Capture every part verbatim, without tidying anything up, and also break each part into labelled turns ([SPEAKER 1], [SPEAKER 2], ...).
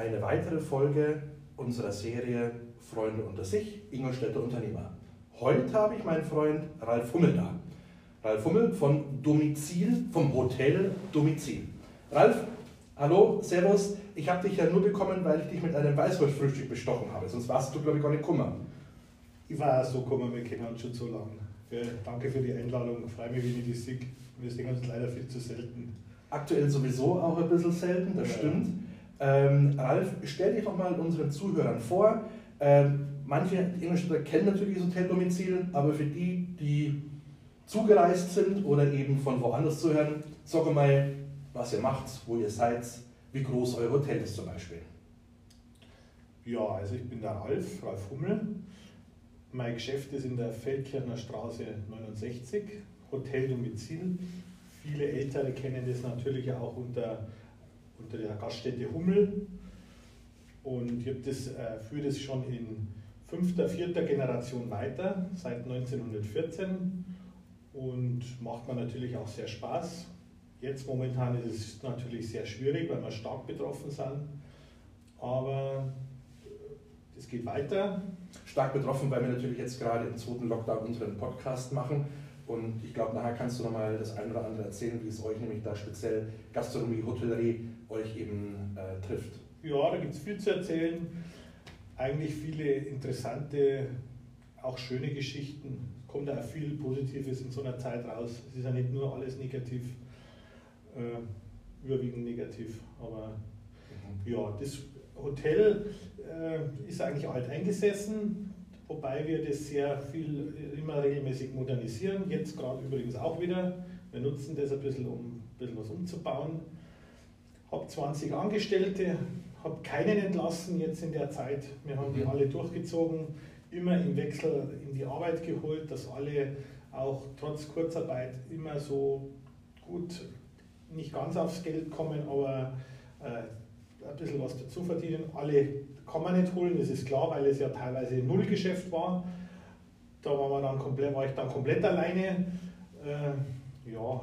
[SPEAKER 1] eine weitere Folge unserer Serie Freunde unter sich, Ingolstädter Unternehmer. Heute habe ich meinen Freund Ralf Hummel da. Ralf Hummel von Domizil, vom Hotel Domizil. Ralf, hallo, servus. Ich habe dich ja nur bekommen, weil ich dich mit einem Weißwurstfrühstück bestochen habe. Sonst warst du, glaube ich, gar nicht kummer.
[SPEAKER 2] Ich war auch so kummer, wir kennen uns schon so lange. Ja, danke für die Einladung, freue mich, wenn ich dich sehe. Wir sehen uns leider viel zu selten.
[SPEAKER 1] Aktuell sowieso auch ein bisschen selten, das ja. stimmt. Ähm, Ralf, stell dich doch mal unseren Zuhörern vor. Ähm, manche Ingolstädter kennen natürlich das Hotel Domizil, aber für die, die zugereist sind oder eben von woanders zuhören, sag mal, was ihr macht, wo ihr seid, wie groß euer Hotel ist zum Beispiel.
[SPEAKER 2] Ja, also ich bin der Ralf, Ralf Hummel. Mein Geschäft ist in der Feldkirchner Straße neunundsechzig, Hotel Domizil. Viele Ältere kennen das natürlich auch unter, unter der Gaststätte Hummel. Und ich habe das, äh, führe das schon in fünfter, vierter Generation weiter, seit neunzehnhundertvierzehn. Und macht mir natürlich auch sehr Spaß. Jetzt momentan ist es natürlich sehr schwierig, weil wir stark betroffen sind. Aber es geht weiter.
[SPEAKER 1] Stark betroffen, weil wir natürlich jetzt gerade im zweiten Lockdown unseren Podcast machen. Und ich glaube, nachher kannst du nochmal das eine oder andere erzählen, wie es euch nämlich da speziell Gastronomie, Hotellerie euch eben äh, trifft.
[SPEAKER 2] Ja, da gibt es viel zu erzählen. Eigentlich viele interessante, auch schöne Geschichten. Es kommt auch viel Positives in so einer Zeit raus. Es ist ja nicht nur alles negativ, äh, überwiegend negativ. Aber mhm. ja, das Hotel äh, ist eigentlich alt eingesessen, wobei wir das sehr viel, immer regelmäßig modernisieren. Jetzt gerade übrigens auch wieder. Wir nutzen das ein bisschen, um ein bisschen was umzubauen. Ich habe zwanzig Angestellte, habe keinen entlassen jetzt in der Zeit. Wir haben die alle durchgezogen, immer im Wechsel in die Arbeit geholt, dass alle auch trotz Kurzarbeit immer so gut, nicht ganz aufs Geld kommen, aber äh, ein bisschen was dazu verdienen. Alle kann man nicht holen, das ist klar, weil es ja teilweise Nullgeschäft war. Da war, man dann komplett, war ich dann komplett alleine. Äh, ja,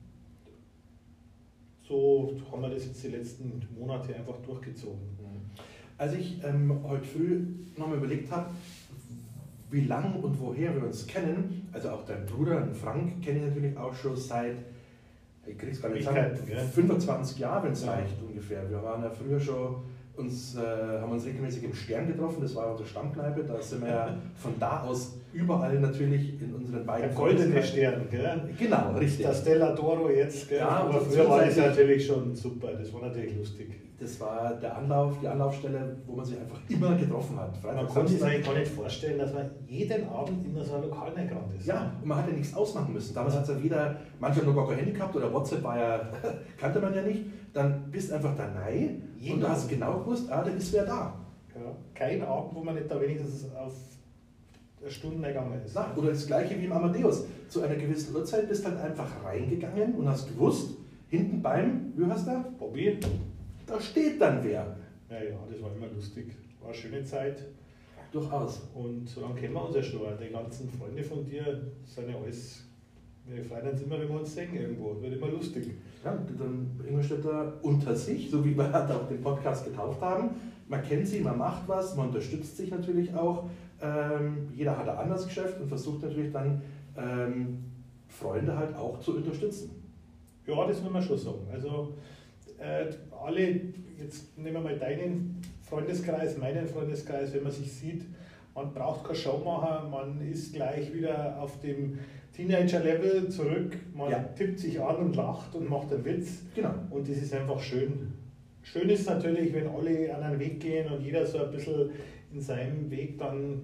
[SPEAKER 2] so haben wir das jetzt die letzten Monate einfach durchgezogen.
[SPEAKER 1] Als ich ähm, heute früh nochmal überlegt habe, wie lang und woher wir uns kennen, also auch dein Bruder, Frank, kenne ich natürlich auch schon seit, ich krieg's gar nicht sagen, fünfundzwanzig Jahren, wenn es
[SPEAKER 2] ja.
[SPEAKER 1] reicht ungefähr. Wir waren ja früher schon, uns, äh, haben uns regelmäßig im Stern getroffen, das war unsere Stammkneipe, da sind wir ja von da aus überall natürlich in unseren beiden...
[SPEAKER 2] Der goldene Stern, gell?
[SPEAKER 1] Genau, richtig.
[SPEAKER 2] Das Stella d'Oro jetzt, gell? Ja, aber früher war das natürlich schon super, das war natürlich lustig.
[SPEAKER 1] Das war der Anlauf, die Anlaufstelle, wo man sich einfach immer getroffen hat.
[SPEAKER 2] Freitag, man konnte sich eigentlich gar nicht vorstellen, dass man jeden Abend in so ein Lokal reingerannt ist.
[SPEAKER 1] Ja, und man hat ja nichts ausmachen müssen. Damals hat es ja wieder, manchmal nur gar kein Handy gehabt oder WhatsApp war ja, kannte man ja nicht. Dann bist du einfach da rein und du hast genau gewusst, ah, da ist wer da.
[SPEAKER 2] Ja, kein Abend, wo man nicht da wenigstens auf eine Stunde gegangen ist.
[SPEAKER 1] Na, oder das gleiche wie im Amadeus. Zu einer gewissen Uhrzeit bist du halt einfach reingegangen und hast gewusst, hinten beim, wie heißt der?
[SPEAKER 2] Bobby. Da
[SPEAKER 1] steht dann wer.
[SPEAKER 2] Ja, ja, das war immer lustig. War eine schöne Zeit.
[SPEAKER 1] Durchaus.
[SPEAKER 2] Und so lange kennen wir uns ja schon. Die ganzen Freunde von dir sind ja alles, wir freuen uns immer, wenn wir uns sehen irgendwo. Das wird immer lustig. Ja,
[SPEAKER 1] dann Ingolstädter unter sich, so wie wir halt auch den Podcast getauft haben. Man kennt sie, man macht was, man unterstützt sich natürlich auch. Ähm, jeder hat ein anderes Geschäft und versucht natürlich dann ähm, Freunde halt auch zu unterstützen.
[SPEAKER 2] Ja, das will man schon sagen. Also äh, alle, jetzt nehmen wir mal deinen Freundeskreis, meinen Freundeskreis, wenn man sich sieht, man braucht keine Showmacher, man ist gleich wieder auf dem Teenager-Level zurück, man ja. tippt sich an und lacht und macht einen Witz.
[SPEAKER 1] Genau.
[SPEAKER 2] Und das ist einfach schön. Schön ist natürlich, wenn alle an einen Weg gehen und jeder so ein bisschen in seinem Weg dann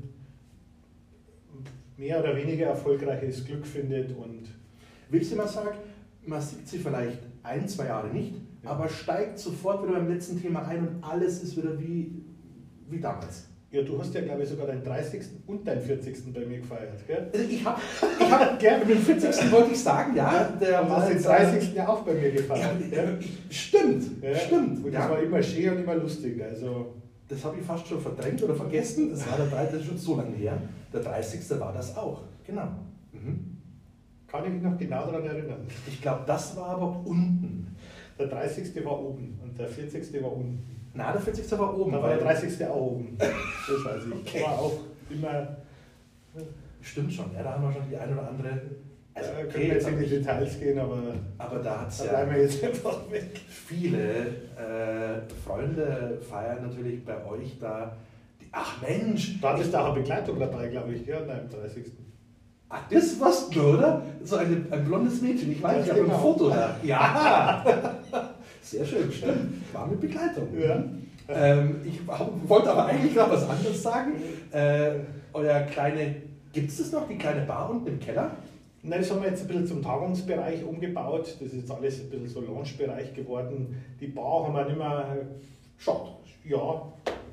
[SPEAKER 2] mehr oder weniger erfolgreiches Glück findet. Und
[SPEAKER 1] willst du mal sagen, man sieht sie vielleicht ein, zwei Jahre nicht, ja. aber steigt sofort wieder beim letzten Thema ein und alles ist wieder wie, wie damals.
[SPEAKER 2] Ja, du hast ja, glaube ich, sogar deinen dreißigsten und deinen vierzigsten bei mir gefeiert, gell?
[SPEAKER 1] Ich habe, ich hab, gerne den vierzigsten wollte ich sagen, ja.
[SPEAKER 2] Der war den dreißigsten ja auch bei mir gefeiert.
[SPEAKER 1] Ja, ja. Stimmt,
[SPEAKER 2] ja,
[SPEAKER 1] stimmt.
[SPEAKER 2] Und das ja. war immer schön und immer lustig. Also
[SPEAKER 1] das habe ich fast schon verdrängt oder vergessen. Das war der dreißigste, das ist schon so lange her. Der dreißigste war das auch, genau. Mhm.
[SPEAKER 2] Kann ich mich noch genau daran erinnern.
[SPEAKER 1] Ich glaube, das war aber unten.
[SPEAKER 2] Der dreißigste war oben und der vierzigste war unten.
[SPEAKER 1] Na, der vierzigste war oben.
[SPEAKER 2] Da war der dreißigste auch oben. Das weiß ich. Okay. War auch immer.
[SPEAKER 1] Stimmt schon, ja, da haben wir schon die ein oder andere.
[SPEAKER 2] Also, da können wir jetzt in die Details gehen, aber,
[SPEAKER 1] aber da hat es
[SPEAKER 2] da
[SPEAKER 1] ja.
[SPEAKER 2] bleiben wir jetzt einfach weg.
[SPEAKER 1] Viele äh, Freunde feiern natürlich bei euch da. Die, ach Mensch!
[SPEAKER 2] Da hattest du auch eine Begleitung dabei, glaube ich, ja, nein, am dreißigsten
[SPEAKER 1] Ach, das warst du, oder? So eine, ein blondes Mädchen, ich weiß, ich habe
[SPEAKER 2] genau.
[SPEAKER 1] ein Foto da. Ja! Sehr schön, stimmt. War mit Begleitung.
[SPEAKER 2] Ja.
[SPEAKER 1] Ähm, ich wollte aber eigentlich noch was anderes sagen. Äh, euer kleine, gibt es das noch, die kleine Bar unten im Keller?
[SPEAKER 2] Nein, das haben wir jetzt ein bisschen zum Tagungsbereich umgebaut. Das ist jetzt alles ein bisschen so Lounge-Bereich geworden. Die Bar haben wir nicht mehr.
[SPEAKER 1] Schade.
[SPEAKER 2] Ja.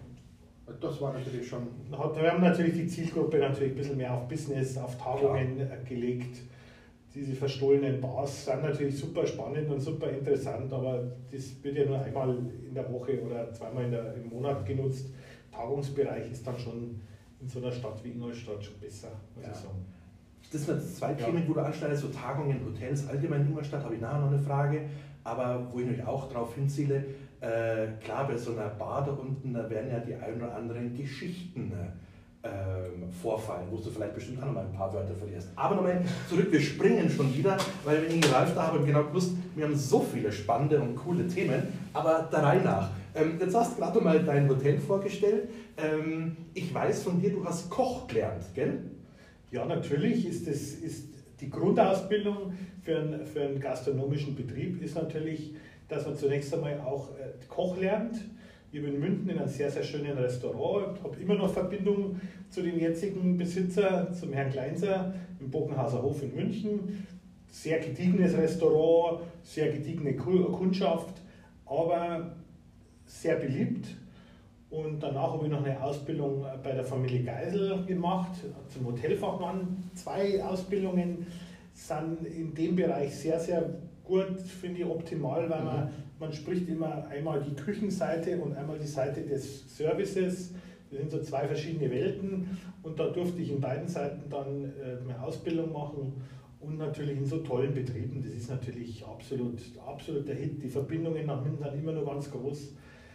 [SPEAKER 1] Das war natürlich schon.
[SPEAKER 2] Wir haben natürlich die Zielgruppe natürlich ein bisschen mehr auf Business, auf Tagungen Klar. gelegt. Diese verstohlenen Bars sind natürlich super spannend und super interessant, aber das wird ja nur einmal in der Woche oder zweimal in der, im Monat genutzt. Tagungsbereich ist dann schon in so einer Stadt wie Ingolstadt schon besser, muss ja. ich sagen.
[SPEAKER 1] Das sind jetzt zwei
[SPEAKER 2] ja.
[SPEAKER 1] Themen, wo du anschneidest, so Tagungen, Hotels, allgemein in Ingolstadt, habe ich nachher noch eine Frage, aber wo ich natürlich auch darauf hinziele, äh, klar, bei so einer Bar da unten, da werden ja die ein oder anderen Geschichten äh, vorfallen, wo du vielleicht bestimmt auch noch mal ein paar Wörter verlierst. Aber nochmal zurück, wir springen schon wieder, weil wenn ich Ralf da habe, genau gewusst, wir haben so viele spannende und coole Themen, aber der Reihe nach. Ähm, jetzt hast du gerade mal dein Hotel vorgestellt. Ähm, ich weiß von dir, du hast Koch gelernt, gell?
[SPEAKER 2] Ja, natürlich ist, das, ist die Grundausbildung für einen, für einen gastronomischen Betrieb ist natürlich, dass man zunächst einmal auch äh, Koch lernt. Ich bin in München in einem sehr, sehr schönen Restaurant, habe immer noch Verbindung zu dem jetzigen Besitzer, zum Herrn Kleinser im Bogenhauser Hof in München. Sehr gediegenes Restaurant, sehr gediegene Kundschaft, aber sehr beliebt. Und danach habe ich noch eine Ausbildung bei der Familie Geisel gemacht, zum Hotelfachmann. Zwei Ausbildungen sind in dem Bereich sehr, sehr gut, finde ich optimal, weil man, man spricht immer einmal die Küchenseite und einmal die Seite des Services. Das sind so zwei verschiedene Welten und da durfte ich in beiden Seiten dann äh, eine Ausbildung machen und natürlich in so tollen Betrieben. Das ist natürlich absolut, absolut der Hit. Die Verbindungen nach München sind immer noch ganz groß.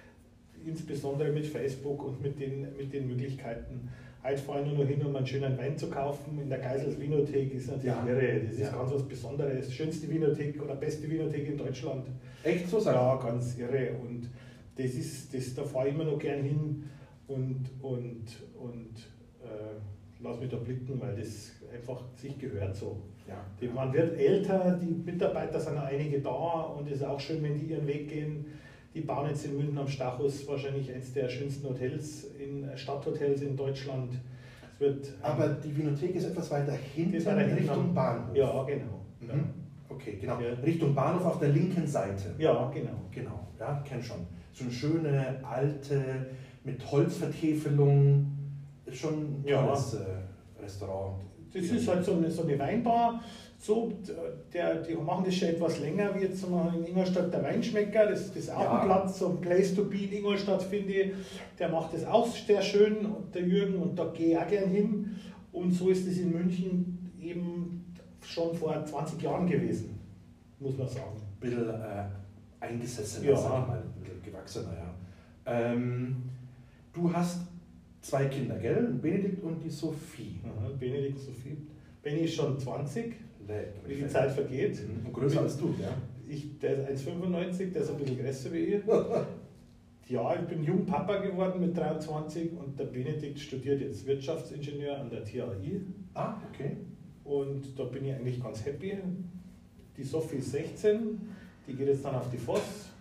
[SPEAKER 2] Insbesondere mit Facebook und mit den, mit den Möglichkeiten. Heute fahre ich nur noch hin, um einen schönen Wein zu kaufen. In der Geisels Winothek ist natürlich ja. irre. Das ist ja. ganz was Besonderes. Schönste Winothek oder beste Winothek in Deutschland.
[SPEAKER 1] Echt so sagen?
[SPEAKER 2] Ja, ganz irre. Und das ist, das, da fahre ich immer noch gern hin und, und, und äh, lass mich da blicken, weil das einfach sich gehört so.
[SPEAKER 1] Ja.
[SPEAKER 2] Die, man wird älter, die Mitarbeiter sind noch einige da und es ist auch schön, wenn die ihren Weg gehen. Die bauen jetzt in München am Stachus wahrscheinlich eines der schönsten Hotels, in Stadthotels in Deutschland. Es wird,
[SPEAKER 1] aber die Winothek ist etwas weiter hinten,
[SPEAKER 2] ist weiter
[SPEAKER 1] Richtung
[SPEAKER 2] hinten.
[SPEAKER 1] Bahnhof.
[SPEAKER 2] Ja, genau.
[SPEAKER 1] Mhm.
[SPEAKER 2] Ja.
[SPEAKER 1] Okay, genau.
[SPEAKER 2] Ja.
[SPEAKER 1] Richtung Bahnhof auf der linken Seite.
[SPEAKER 2] Ja, genau.
[SPEAKER 1] Genau, ja, kenn schon. So eine schöne, alte, mit Holzvertäfelung, ist schon ein tolles ja. äh, Restaurant.
[SPEAKER 2] Das ist halt so eine, so eine Weinbar. So, der, die machen das schon etwas länger, wie jetzt in Ingolstadt der Weinschmecker, das, das ist auch ja. ein Platz, so ein Place to be in Ingolstadt, finde ich. Der macht das auch sehr schön, der Jürgen, und da gehe ich auch gern hin. Und so ist es in München eben schon vor zwanzig Jahren gewesen, muss man sagen.
[SPEAKER 1] Ein bisschen äh, eingesessener,
[SPEAKER 2] ja.
[SPEAKER 1] sag ich mal, ein bisschen gewachsener, ja. Ähm, du hast zwei Kinder, gell? Benedikt und die Sophie.
[SPEAKER 2] Aha, Benedikt und Sophie. Benny ist schon zwanzig. Wie die Zeit vergeht.
[SPEAKER 1] Und größer als du, ja?
[SPEAKER 2] Ich, der ist eins Komma fünfundneunzig, der ist ein bisschen größer wie ich. Ja, ich bin jung Papa geworden mit dreiundzwanzig und der Benedikt studiert jetzt Wirtschaftsingenieur an der T H I.
[SPEAKER 1] Ah, okay.
[SPEAKER 2] Und da bin ich eigentlich ganz happy. Die Sophie ist sechzehn, die geht jetzt dann auf die Voss.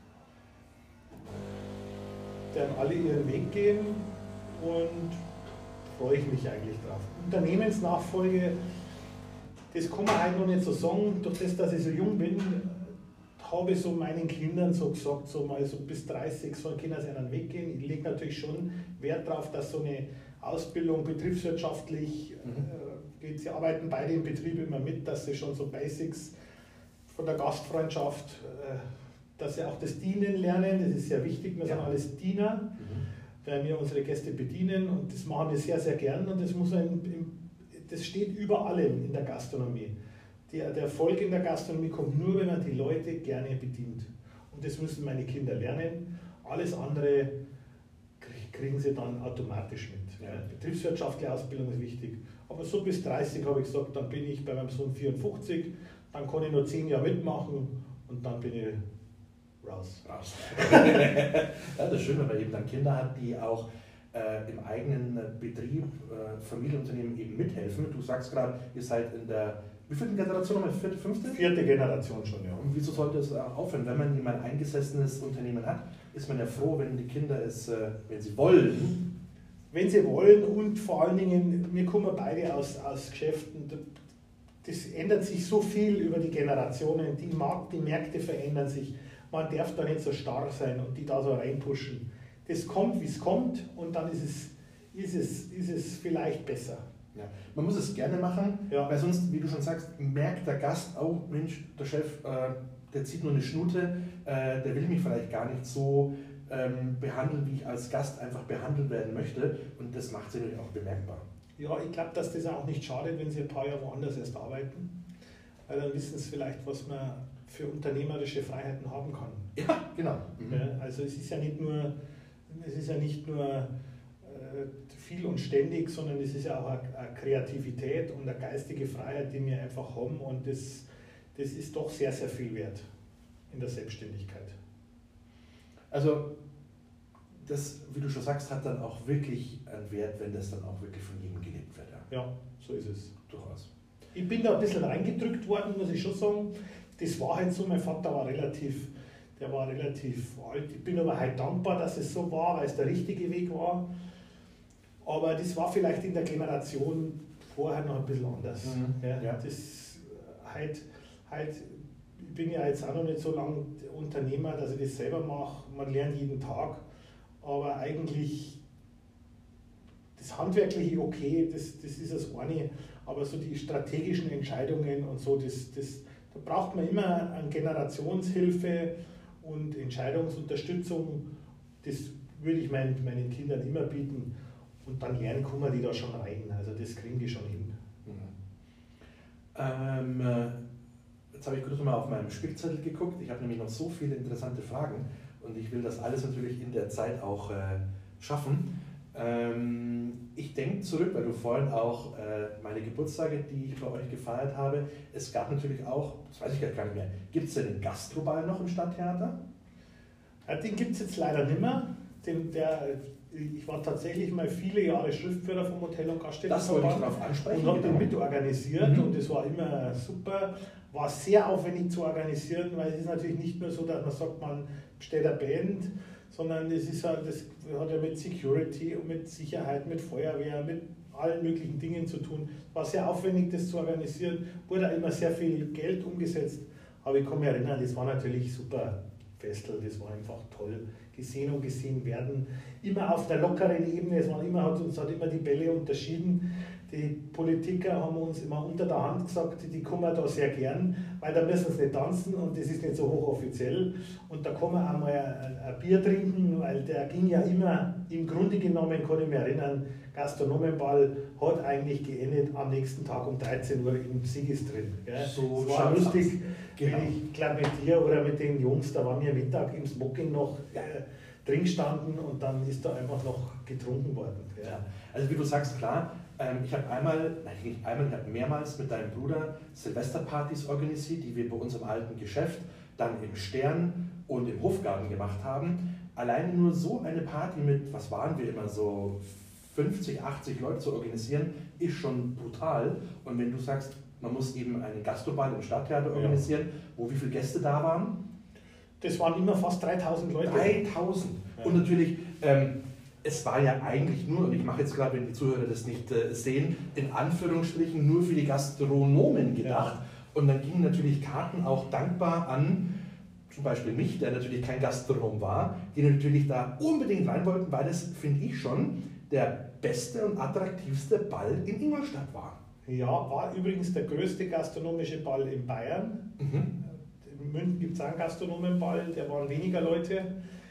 [SPEAKER 2] Die werden alle ihren Weg gehen und freue ich mich eigentlich drauf. Unternehmensnachfolge. Das kann man halt noch nicht so sagen, durch das, dass ich so jung bin, habe ich so meinen Kindern so gesagt, so mal so bis dreißig sollen Kinder seinen Weg gehen. Ich lege natürlich schon Wert darauf, dass so eine Ausbildung betriebswirtschaftlich mhm. äh, geht. Sie arbeiten beide im Betrieb immer mit, dass sie schon so Basics von der Gastfreundschaft, äh, dass sie auch das Dienen lernen, das ist sehr wichtig, wir ja. sind alles Diener, mhm. weil wir unsere Gäste bedienen und das machen wir sehr, sehr gern und das muss ein, im Das steht über allem in der Gastronomie. Der, der Erfolg in der Gastronomie kommt nur, wenn man die Leute gerne bedient. Und das müssen meine Kinder lernen. Alles andere kriegen sie dann automatisch mit. Ja. Betriebswirtschaftliche Ausbildung ist wichtig. Aber so bis dreißig habe ich gesagt, dann bin ich bei meinem Sohn vierundfünfzig, dann kann ich nur zehn Jahre mitmachen und dann bin ich raus. raus.
[SPEAKER 1] Ja, das ist schön, wenn man eben dann Kinder hat, die auch äh, im eigenen Betrieb, äh, Familienunternehmen eben mithelfen. Du sagst gerade, ihr seid in der wievielten Generation nochmal? Vierte, fünfte?
[SPEAKER 2] Vierte Generation schon, ja.
[SPEAKER 1] Und wieso sollte es aufhören? Wenn man jemand ein eingesessenes Unternehmen hat, ist man ja froh, wenn die Kinder es, äh, wenn sie wollen.
[SPEAKER 2] Wenn sie wollen und vor allen Dingen, wir kommen beide aus, aus Geschäften, das ändert sich so viel über die Generationen, die, Markt, die Märkte verändern sich, man darf da nicht so starr sein und die da so reinpushen. Das kommt, wie es kommt und dann ist es, ist es, ist es vielleicht besser.
[SPEAKER 1] Ja. Man muss es gerne machen,
[SPEAKER 2] ja.
[SPEAKER 1] Weil sonst, wie du schon sagst, merkt der Gast, oh Mensch, der Chef, äh, der zieht nur eine Schnute, äh, der will mich vielleicht gar nicht so ähm, behandeln, wie ich als Gast einfach behandelt werden möchte und das macht sie natürlich auch bemerkbar.
[SPEAKER 2] Ja, ich glaube, dass das auch nicht schadet, wenn sie ein paar Jahre woanders erst arbeiten, weil dann wissen sie vielleicht, was man für unternehmerische Freiheiten haben kann.
[SPEAKER 1] Ja, genau. Mhm.
[SPEAKER 2] Ja, also es ist ja nicht nur, es ist ja nicht nur äh, viel und ständig, sondern es ist ja auch eine, eine Kreativität und eine geistige Freiheit, die wir einfach haben und das, das ist doch sehr, sehr viel wert in der Selbstständigkeit.
[SPEAKER 1] Also das, wie du schon sagst, hat dann auch wirklich einen Wert, wenn das dann auch wirklich von jedem gelebt wird.
[SPEAKER 2] Ja, ja, so ist es.
[SPEAKER 1] Durchaus.
[SPEAKER 2] Ich bin da ein bisschen reingedrückt worden, muss ich schon sagen. Das war halt so, mein Vater war relativ, der war relativ alt. Ich bin aber halt dankbar, dass es so war, weil es der richtige Weg war. Aber das war vielleicht in der Generation vorher noch ein bisschen anders.
[SPEAKER 1] Mhm.
[SPEAKER 2] Ja,
[SPEAKER 1] ja.
[SPEAKER 2] Das halt, halt, ich bin ja jetzt auch noch nicht so lange Unternehmer, dass ich das selber mache. Man lernt jeden Tag. Aber eigentlich das Handwerkliche okay, das, das ist das eine. Aber so die strategischen Entscheidungen und so, das, das, da braucht man immer eine Generationshilfe und Entscheidungsunterstützung. Das würde ich meinen, meinen Kindern immer bieten. Und dann lernen kommen die da schon rein. Also das kriegen die schon hin.
[SPEAKER 1] Mhm. Ähm, jetzt habe ich kurz mal auf meinem Spickzettel geguckt. Ich habe nämlich noch so viele interessante Fragen und ich will das alles natürlich in der Zeit auch äh, schaffen. Ähm, ich denke zurück, weil du vorhin auch äh, meine Geburtstage, die ich bei euch gefeiert habe, es gab natürlich auch, das weiß ich gar nicht mehr, gibt es denn den Gastroball noch im Stadttheater?
[SPEAKER 2] Ja, den gibt es jetzt leider nicht mehr. Den, der, ich war tatsächlich mal viele Jahre Schriftführer vom Hotel- und Gaststättenverband.
[SPEAKER 1] Das wollte ich darauf ansprechen.
[SPEAKER 2] Und habe
[SPEAKER 1] genau.
[SPEAKER 2] den mitorganisiert
[SPEAKER 1] mhm.
[SPEAKER 2] und das war immer super. War sehr aufwendig zu organisieren, weil es ist natürlich nicht nur so, dass man sagt, man bestellt eine Band, sondern es ist halt, das hat ja mit Security und mit Sicherheit, mit Feuerwehr, mit allen möglichen Dingen zu tun. War sehr aufwendig, das zu organisieren, wurde auch immer sehr viel Geld umgesetzt. Aber ich kann mich erinnern, das war natürlich super Festel, das war einfach toll. Gesehen und gesehen werden, immer auf der lockeren Ebene, es war immer, hat uns hat immer die Bälle unterschieden. Die Politiker haben uns immer unter der Hand gesagt, die kommen da sehr gern, weil da müssen sie nicht tanzen und das ist nicht so hochoffiziell. Und da kann man auch mal ein, ein Bier trinken, weil der ging ja immer, im Grunde genommen kann ich mich erinnern, Gastronomenball hat eigentlich geendet am nächsten Tag um dreizehn Uhr im Siegestrinn.
[SPEAKER 1] So
[SPEAKER 2] das war lustig,
[SPEAKER 1] genau.
[SPEAKER 2] Wenn ich glaube mit dir oder mit den Jungs, da waren wir Mittag im Smoking noch äh, drin standen und dann ist da einfach noch getrunken worden.
[SPEAKER 1] Ja. Also wie du sagst, klar, ähm, ich habe einmal, nein nicht einmal, ich habe mehrmals mit deinem Bruder Silvesterpartys organisiert, die wir bei uns im alten Geschäft, dann im Stern und im Hofgarten gemacht haben. Alleine nur so eine Party mit, was waren wir immer so, fünfzig, achtzig Leute zu organisieren, ist schon brutal. Und wenn du sagst, man muss eben einen Gastroball im Stadttheater organisieren, ja. wo wie viele Gäste da waren?
[SPEAKER 2] Das waren immer fast dreitausend Leute.
[SPEAKER 1] dreitausend! Ja. Und natürlich, ähm, es war ja eigentlich nur, und ich mache jetzt gerade, wenn die Zuhörer das nicht äh, sehen, in Anführungsstrichen nur für die Gastronomen gedacht. Ja. Und dann gingen natürlich Karten auch dankbar an, zum Beispiel mich, der natürlich kein Gastronom war, die natürlich da unbedingt rein wollten, weil das, finde ich schon, der beste und attraktivste Ball in Ingolstadt war.
[SPEAKER 2] Ja, war übrigens der größte gastronomische Ball in Bayern. Mhm. In München gibt es einen Gastronomenball, der waren weniger Leute.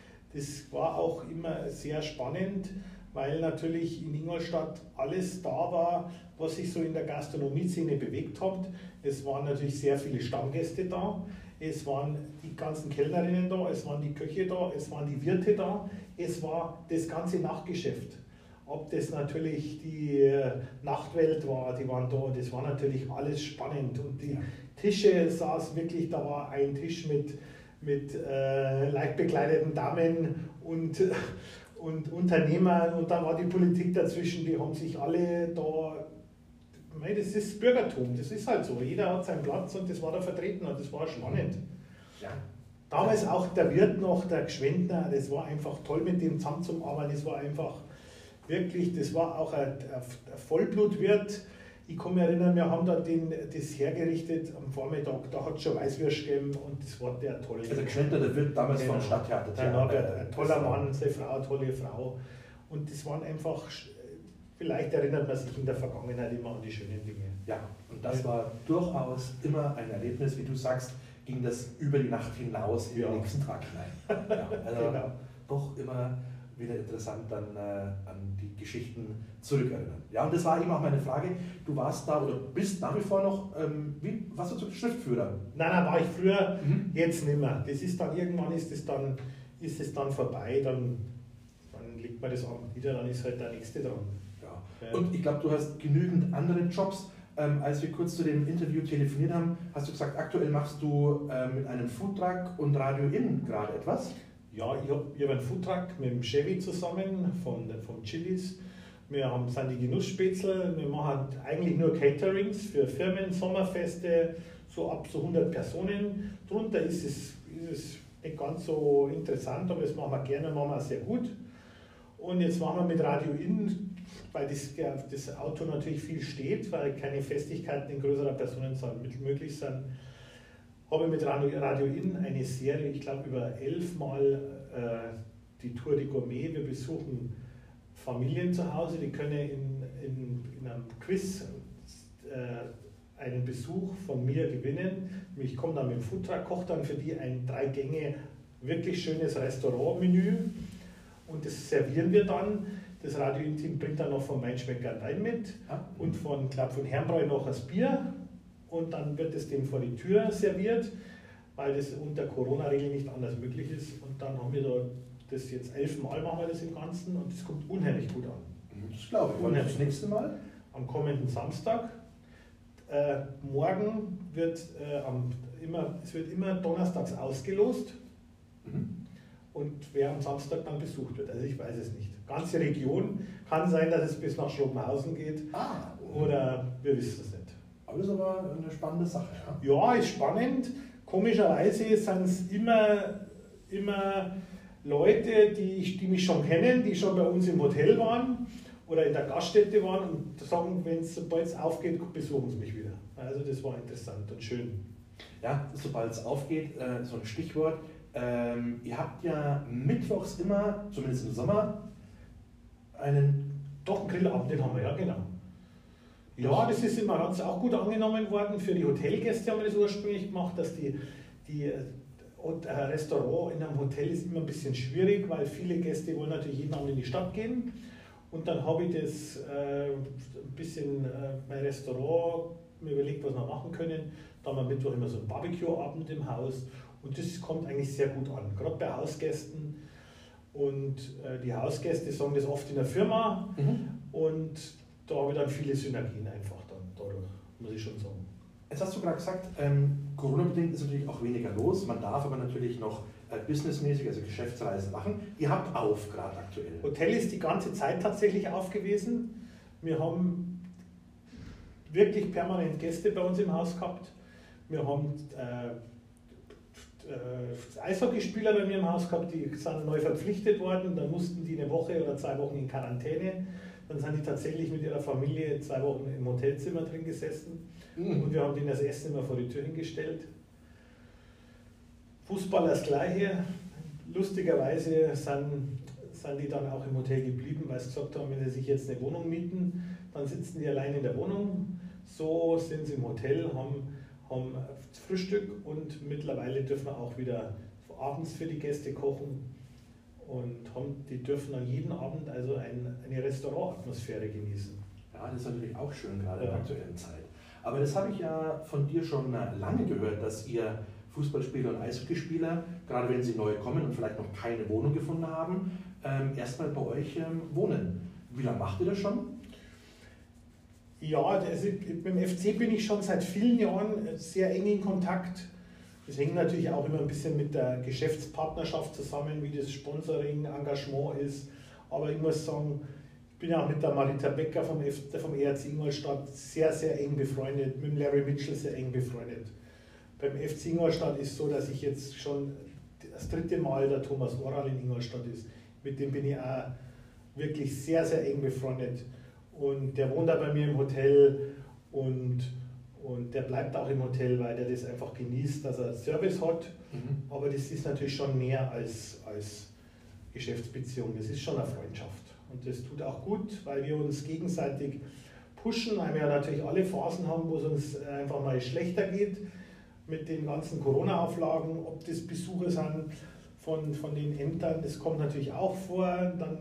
[SPEAKER 2] Das war auch immer sehr spannend, weil natürlich in Ingolstadt alles da war, was sich so in der Gastronomie-Szene bewegt hat. Es waren natürlich sehr viele Stammgäste da. es waren die ganzen Kellnerinnen da, es waren die Köche da, es waren die Wirte da, es war das ganze Nachtgeschäft. Ob das natürlich die Nachtwelt war, die waren da, das war natürlich alles spannend. Und die Tische saß wirklich, da war ein Tisch mit, mit äh, leicht bekleideten Damen und, und Unternehmern und da war die Politik dazwischen, die haben sich alle da, mei, das ist Bürgertum, das ist halt so, jeder hat seinen Platz und das war da vertreten und das war spannend. Ja. Damals auch der Wirt noch, der Gschwendner, das war einfach toll mit dem zusammenzuarbeiten, das war einfach wirklich, das war auch ein, ein Vollblutwirt. Ich kann mich erinnern, wir haben da den, das hergerichtet am Vormittag, da hat es schon Weißwürst gegeben und das war der tolle.
[SPEAKER 1] Also Gschwendner, der Wirt damals genau. vom Stadttheater.
[SPEAKER 2] Der Norbert, ein toller Mann, seine Frau, eine tolle Frau. Und das waren einfach, vielleicht erinnert man sich in der Vergangenheit immer an die schönen Dinge.
[SPEAKER 1] Ja, und das war durchaus immer ein Erlebnis, wie du sagst, ging das über die Nacht hinaus in ja. den nächsten Tag hinein. Ja, also genau. Doch immer wieder interessant dann äh, an die Geschichten zurückerinnern. Ja, und das war eben auch meine Frage. Du warst da oder bist nach wie vor noch, ähm, wie, warst du Schriftführer?
[SPEAKER 2] Nein, nein, war ich früher, mhm. jetzt nicht mehr. Das ist dann, irgendwann ist es dann, ist es dann vorbei, dann, dann legt man das Amt nieder, dann ist halt der Nächste dran.
[SPEAKER 1] Ja. Ja. Und ich glaube, du hast genügend andere Jobs. Ähm, als wir kurz zu dem Interview telefoniert haben, hast du gesagt, aktuell machst du äh, mit einem Foodtruck und Radio In gerade etwas?
[SPEAKER 2] Ja, ich habe hab einen Foodtruck mit dem Chevy zusammen von, von Chili's. Wir haben, sind die Genussspätzle, wir machen eigentlich nur Caterings für Firmen, Sommerfeste, so ab so hundert Personen. Darunter ist es, ist es nicht ganz so interessant, aber das machen wir gerne, machen wir sehr gut. Und jetzt machen wir mit Radio In, weil das, das Auto natürlich viel steht, weil keine Festigkeiten in größerer Personenzahl möglich sind, habe ich mit Radio In eine Serie, ich glaube über elfmal äh, die Tour de Gourmet. Wir besuchen Familien zu Hause, die können in, in, in einem Quiz äh, einen Besuch von mir gewinnen. Ich komme dann mit dem Foodtruck, koche dann für die ein drei Gänge wirklich schönes Restaurantmenü und das servieren wir dann. Das Radio In-Team bringt dann noch von Weinschmecker Wein mit und von, glaub, von Herrenbräu noch das Bier. Und dann wird es dem vor die Tür serviert, weil das unter Corona-Regeln nicht anders möglich ist. Und dann haben wir da das jetzt elfmal machen wir das im Ganzen und das kommt unheimlich gut an.
[SPEAKER 1] Das glaube ich. Und das nächste Mal?
[SPEAKER 2] Am kommenden Samstag. Äh, morgen wird äh, am, immer, es wird immer donnerstags ausgelost. Mhm. Und wer am Samstag dann besucht wird, also ich weiß es nicht. Ganze Region, kann sein, dass es bis nach Schrobenhausen geht
[SPEAKER 1] ah.
[SPEAKER 2] oder wir wissen es nicht.
[SPEAKER 1] Aber das ist aber eine spannende Sache. Ja,
[SPEAKER 2] ja ist spannend. Komischerweise sind es immer, immer Leute, die, die mich schon kennen, die schon bei uns im Hotel waren oder in der Gaststätte waren und sagen, wenn es sobald es aufgeht, besuchen sie mich wieder. Also das war interessant und schön.
[SPEAKER 1] Ja, sobald es aufgeht, äh, so ein Stichwort. Ähm, ihr habt ja mittwochs immer, zumindest im Sommer, einen...
[SPEAKER 2] Doch, einen Grillabend, den haben wir, ja genau. Ja, das ist immer ganz auch gut angenommen worden. Für die Hotelgäste haben wir das ursprünglich gemacht, dass die, die und ein Restaurant in einem Hotel ist immer ein bisschen schwierig, weil viele Gäste wollen natürlich jeden Abend in die Stadt gehen. Und dann habe ich das äh, ein bisschen, äh, mein Restaurant, mir überlegt, was wir machen können. Da haben wir Mittwoch immer so einen Barbecue-Abend im Haus und das kommt eigentlich sehr gut an, gerade bei Hausgästen. Und äh, die Hausgäste sagen das oft in der Firma mhm. und da habe ich dann viele Synergien einfach dann dadurch, muss ich schon sagen.
[SPEAKER 1] Jetzt hast du gerade gesagt, ähm, Corona-bedingt ist natürlich auch weniger los, man darf aber natürlich noch äh, businessmäßig, also Geschäftsreisen machen. Ihr habt auf gerade aktuell.
[SPEAKER 2] Hotel ist die ganze Zeit tatsächlich auf gewesen. Wir haben wirklich permanent Gäste bei uns im Haus gehabt. Wir haben äh, äh, Eishockeyspieler bei mir im Haus gehabt, die sind neu verpflichtet worden, dann mussten die eine Woche oder zwei Wochen in Quarantäne. Dann sind die tatsächlich mit ihrer Familie zwei Wochen im Hotelzimmer drin gesessen mhm. und wir haben denen das Essen immer vor die Tür hingestellt. Fußballer das Gleiche. Lustigerweise sind, sind die dann auch im Hotel geblieben, weil sie gesagt haben, wenn sie sich jetzt eine Wohnung mieten, dann sitzen die allein in der Wohnung. So sind sie im Hotel, haben, haben Frühstück und mittlerweile dürfen wir auch wieder abends für die Gäste kochen. Und haben, die dürfen an jedem Abend also ein, eine Restaurantatmosphäre genießen.
[SPEAKER 1] Ja, das ist natürlich auch schön, gerade ja. in der aktuellen Zeit. Aber das habe ich ja von dir schon lange gehört, dass ihr Fußballspieler und Eishockeyspieler, gerade wenn sie neu kommen und vielleicht noch keine Wohnung gefunden haben, ähm, erstmal bei euch ähm, wohnen. Wie lange macht ihr das schon?
[SPEAKER 2] Ja, also mit dem F C bin ich schon seit vielen Jahren sehr eng in Kontakt. Das hängt natürlich auch immer ein bisschen mit der Geschäftspartnerschaft zusammen, wie das Sponsoring, Engagement ist. Aber ich muss sagen, ich bin ja auch mit der Marita Becker vom, F vom E R C Ingolstadt sehr, sehr eng befreundet, mit dem Larry Mitchell sehr eng befreundet. Beim F C Ingolstadt ist es so, dass ich jetzt schon das dritte Mal der Thomas Oral in Ingolstadt ist. Mit dem bin ich auch wirklich sehr, sehr eng befreundet. Und der wohnt da bei mir im Hotel und, und der bleibt auch im Hotel, weil der das einfach genießt, dass er Service hat. Mhm. Aber das ist natürlich schon mehr als, als Geschäftsbeziehung, das ist schon eine Freundschaft. Und das tut auch gut, weil wir uns gegenseitig pushen, weil wir ja natürlich alle Phasen haben, wo es uns einfach mal schlechter geht mit den ganzen Corona-Auflagen, ob das Besuche sind von, von den Ämtern, das kommt natürlich auch vor, dann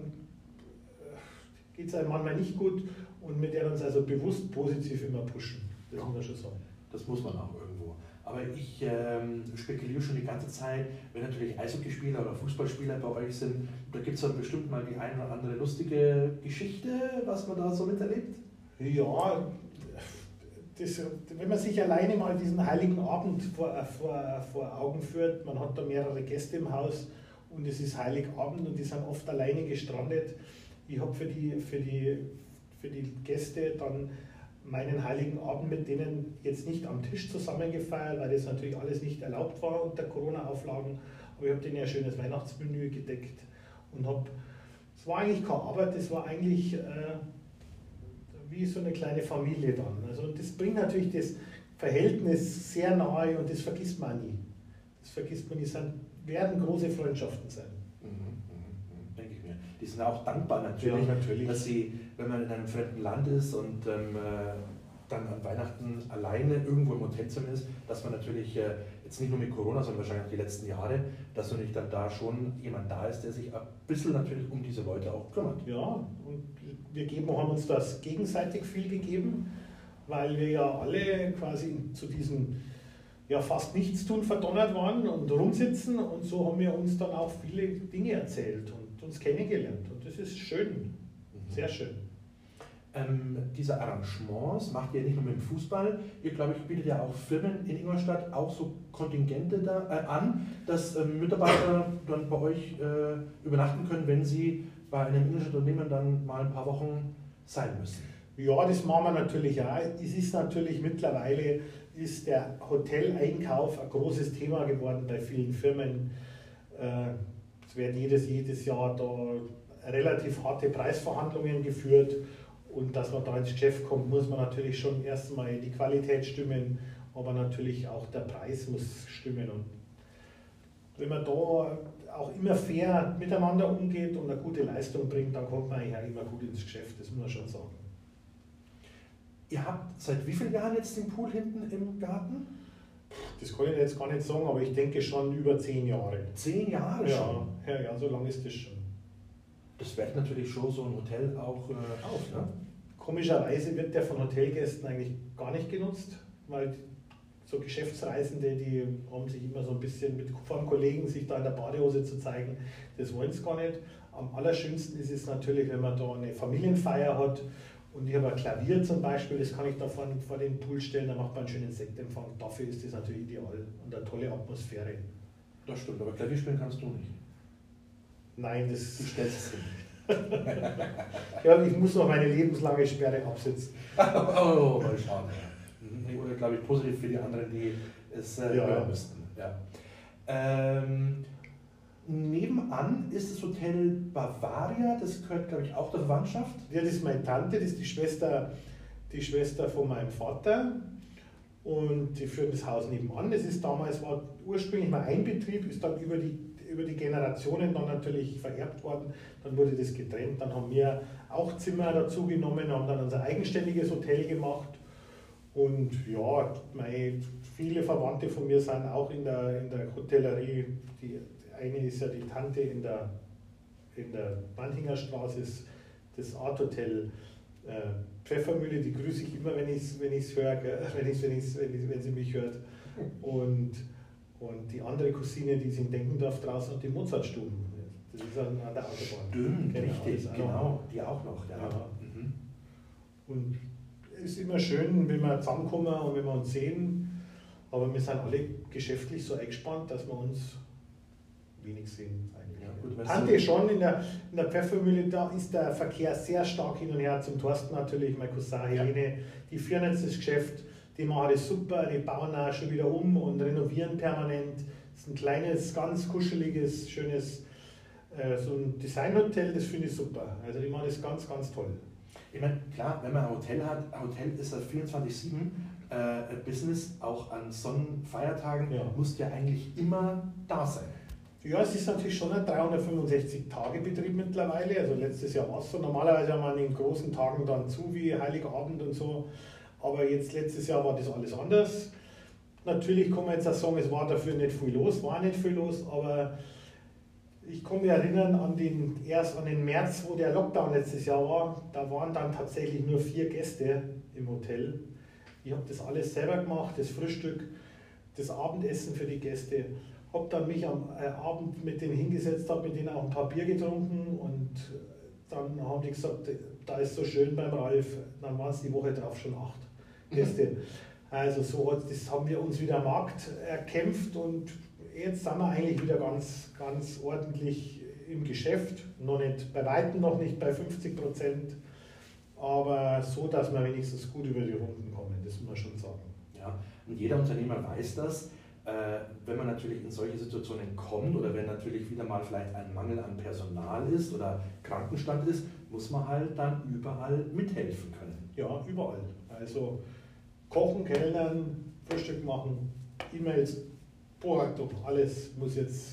[SPEAKER 2] geht es einem manchmal nicht gut und mit der uns also bewusst positiv immer pushen, das
[SPEAKER 1] ja,
[SPEAKER 2] muss man schon sagen.
[SPEAKER 1] Das muss man auch irgendwo. Aber ich ähm, spekuliere schon die ganze Zeit, wenn natürlich Eishockeyspieler oder Fußballspieler bei euch sind, da gibt es dann bestimmt mal die eine oder andere lustige Geschichte, was man da so miterlebt?
[SPEAKER 2] Ja, das, wenn man sich alleine mal diesen heiligen Abend vor, vor, vor Augen führt, man hat da mehrere Gäste im Haus und es ist Heiligabend und die sind oft alleine gestrandet. Ich habe für die, für, die, für die Gäste dann meinen Heiligen Abend mit denen jetzt nicht am Tisch zusammen gefeiert, weil das natürlich alles nicht erlaubt war unter Corona-Auflagen. Aber ich habe denen ja ein schönes Weihnachtsmenü gedeckt und habe, es war eigentlich keine Arbeit, das war eigentlich äh, wie so eine kleine Familie dann. Also das bringt natürlich das Verhältnis sehr nahe und das vergisst man nie. Das vergisst man nie, es werden große Freundschaften sein.
[SPEAKER 1] Die sind auch dankbar natürlich, ja, natürlich, dass sie, wenn man in einem fremden Land ist und ähm, dann an Weihnachten alleine irgendwo im Hotelzimmer ist, dass man natürlich äh, jetzt nicht nur mit Corona, sondern wahrscheinlich auch die letzten Jahre, dass natürlich dann da schon jemand da ist, der sich ein bisschen natürlich um diese Leute auch kümmert.
[SPEAKER 2] Ja, und wir geben, haben uns das gegenseitig viel gegeben, weil wir ja alle quasi zu diesem ja, fast Nichtstun verdonnert waren und rumsitzen und so haben wir uns dann auch viele Dinge erzählt und uns kennengelernt und das ist schön, sehr schön.
[SPEAKER 1] Ähm, diese Arrangements macht ihr nicht nur mit dem Fußball, ihr glaube ich bietet ja auch Firmen in Ingolstadt auch so Kontingente da, äh, an, dass ähm, Mitarbeiter dann bei euch äh, übernachten können, wenn sie bei einem Ingolstädter Unternehmen dann mal ein paar Wochen sein müssen.
[SPEAKER 2] Ja, das machen wir natürlich auch. Es ist natürlich mittlerweile ist der Hoteleinkauf ein großes Thema geworden bei vielen Firmen. Es werden jedes, jedes Jahr da relativ harte Preisverhandlungen geführt und dass man da ins Geschäft kommt, muss man natürlich schon erstmal die Qualität stimmen, aber natürlich auch der Preis muss stimmen. Und wenn man da auch immer fair miteinander umgeht und eine gute Leistung bringt, dann kommt man eigentlich auch immer gut ins Geschäft, das muss man schon sagen.
[SPEAKER 1] Ihr habt seit wie vielen Jahren jetzt den Pool hinten im Garten?
[SPEAKER 2] Das kann ich jetzt gar nicht sagen, aber ich denke schon über zehn Jahre.
[SPEAKER 1] Zehn Jahre
[SPEAKER 2] ja,
[SPEAKER 1] schon?
[SPEAKER 2] Ja, ja, so lange ist das schon.
[SPEAKER 1] Das wertet natürlich schon so ein Hotel auch äh, auf, ne?
[SPEAKER 2] Komischerweise wird der von Hotelgästen eigentlich gar nicht genutzt, weil so Geschäftsreisende, die haben sich immer so ein bisschen mit vor Kollegen sich da in der Badehose zu zeigen, das wollen sie gar nicht. Am allerschönsten ist es natürlich, wenn man da eine Familienfeier hat. Und ich habe ein Klavier zum Beispiel, das kann ich da vor, vor den Pool stellen, da macht man einen schönen Sektempfang. Dafür ist das natürlich ideal und eine tolle Atmosphäre.
[SPEAKER 1] Das stimmt, aber Klavier spielen kannst du nicht.
[SPEAKER 2] Nein, das...
[SPEAKER 1] Du stellst es hin.
[SPEAKER 2] Ja, ich muss noch meine lebenslange Sperre absitzen.
[SPEAKER 1] Oh, mal schauen. Oder glaube ich positiv für die anderen, die es äh,
[SPEAKER 2] ja,
[SPEAKER 1] hören müssten. Ja. Ähm, Nebenan ist das Hotel Bavaria, das gehört glaube ich auch der Verwandtschaft.
[SPEAKER 2] Ja, das ist meine Tante, das ist die Schwester, die Schwester von meinem Vater und die führen das Haus nebenan. Das ist damals, war ursprünglich mal ein Betrieb, ist dann über die, über die Generationen dann natürlich vererbt worden, dann wurde das getrennt, dann haben wir auch Zimmer dazu genommen, haben dann unser eigenständiges Hotel gemacht und ja, meine, viele Verwandte von mir sind auch in der, in der Hotellerie, die eine ist ja die Tante in der, in der Bantinger Straße, das Art Hotel äh, Pfeffermühle, die grüße ich immer, wenn ich es wenn ich's höre, wenn, ich's, wenn, ich's, wenn, ich, wenn sie mich hört. Und, Und die andere Cousine, die ist in Denkendorf draußen, und die Mozartstuben. Das ist an, an der Autobahn.
[SPEAKER 1] Stimmt,
[SPEAKER 2] genau,
[SPEAKER 1] richtig, genau, die auch noch. Ja.
[SPEAKER 2] Ja.
[SPEAKER 1] Mhm.
[SPEAKER 2] Und es ist immer schön, wenn wir zusammenkommen und wenn wir uns sehen, aber wir sind alle geschäftlich so eingespannt, dass wir uns wenig sehen eigentlich.
[SPEAKER 1] Ja, gut,
[SPEAKER 2] Tante schon, in der, in der Pfeffermühle, da ist der Verkehr sehr stark hin und her, zum Thorsten natürlich, mein Cousin Helene, ja. Die führen jetzt das Geschäft, die machen das super, die bauen auch schon wieder um und renovieren permanent. Das ist ein kleines, ganz kuscheliges, schönes, äh, so ein Designhotel, das finde ich super. Also die machen das ganz, ganz toll.
[SPEAKER 1] Ich meine, klar, wenn man ein Hotel hat, ein Hotel ist ein vierundzwanzig sieben äh, Business, auch an Sonnenfeiertagen, ja. Muss ja eigentlich immer da sein.
[SPEAKER 2] Ja, es ist natürlich schon ein dreihundertfünfundsechzig-Tage-Betrieb mittlerweile. Also letztes Jahr war es so. Normalerweise haben wir an den großen Tagen dann zu, wie Heiligabend und so. Aber jetzt letztes Jahr war das alles anders. Natürlich kann man jetzt auch sagen, es war dafür nicht viel los, war nicht viel los, aber ich kann mich erinnern an den, erst an den März, wo der Lockdown letztes Jahr war, da waren dann tatsächlich nur vier Gäste im Hotel. Ich habe das alles selber gemacht, das Frühstück, das Abendessen für die Gäste. Habe dann mich am äh, Abend mit denen hingesetzt, habe mit denen auch ein paar Bier getrunken und dann haben die gesagt, da ist so schön beim Ralf, dann waren es die Woche drauf schon acht Gäste. Also so hat, das haben wir uns wieder am Markt erkämpft und jetzt sind wir eigentlich wieder ganz, ganz ordentlich im Geschäft. Noch nicht, bei Weitem noch nicht bei fünfzig Prozent, aber so, dass wir wenigstens gut über die Runden kommen, das muss man schon sagen.
[SPEAKER 1] Ja, und jeder Unternehmer weiß das. Wenn man natürlich in solche Situationen kommt oder wenn natürlich wieder mal vielleicht ein Mangel an Personal ist oder Krankenstand ist, muss man halt dann überall mithelfen können.
[SPEAKER 2] Ja, überall. Also kochen, kellnern, Frühstück machen, E-Mails, Buchhaltung, alles muss jetzt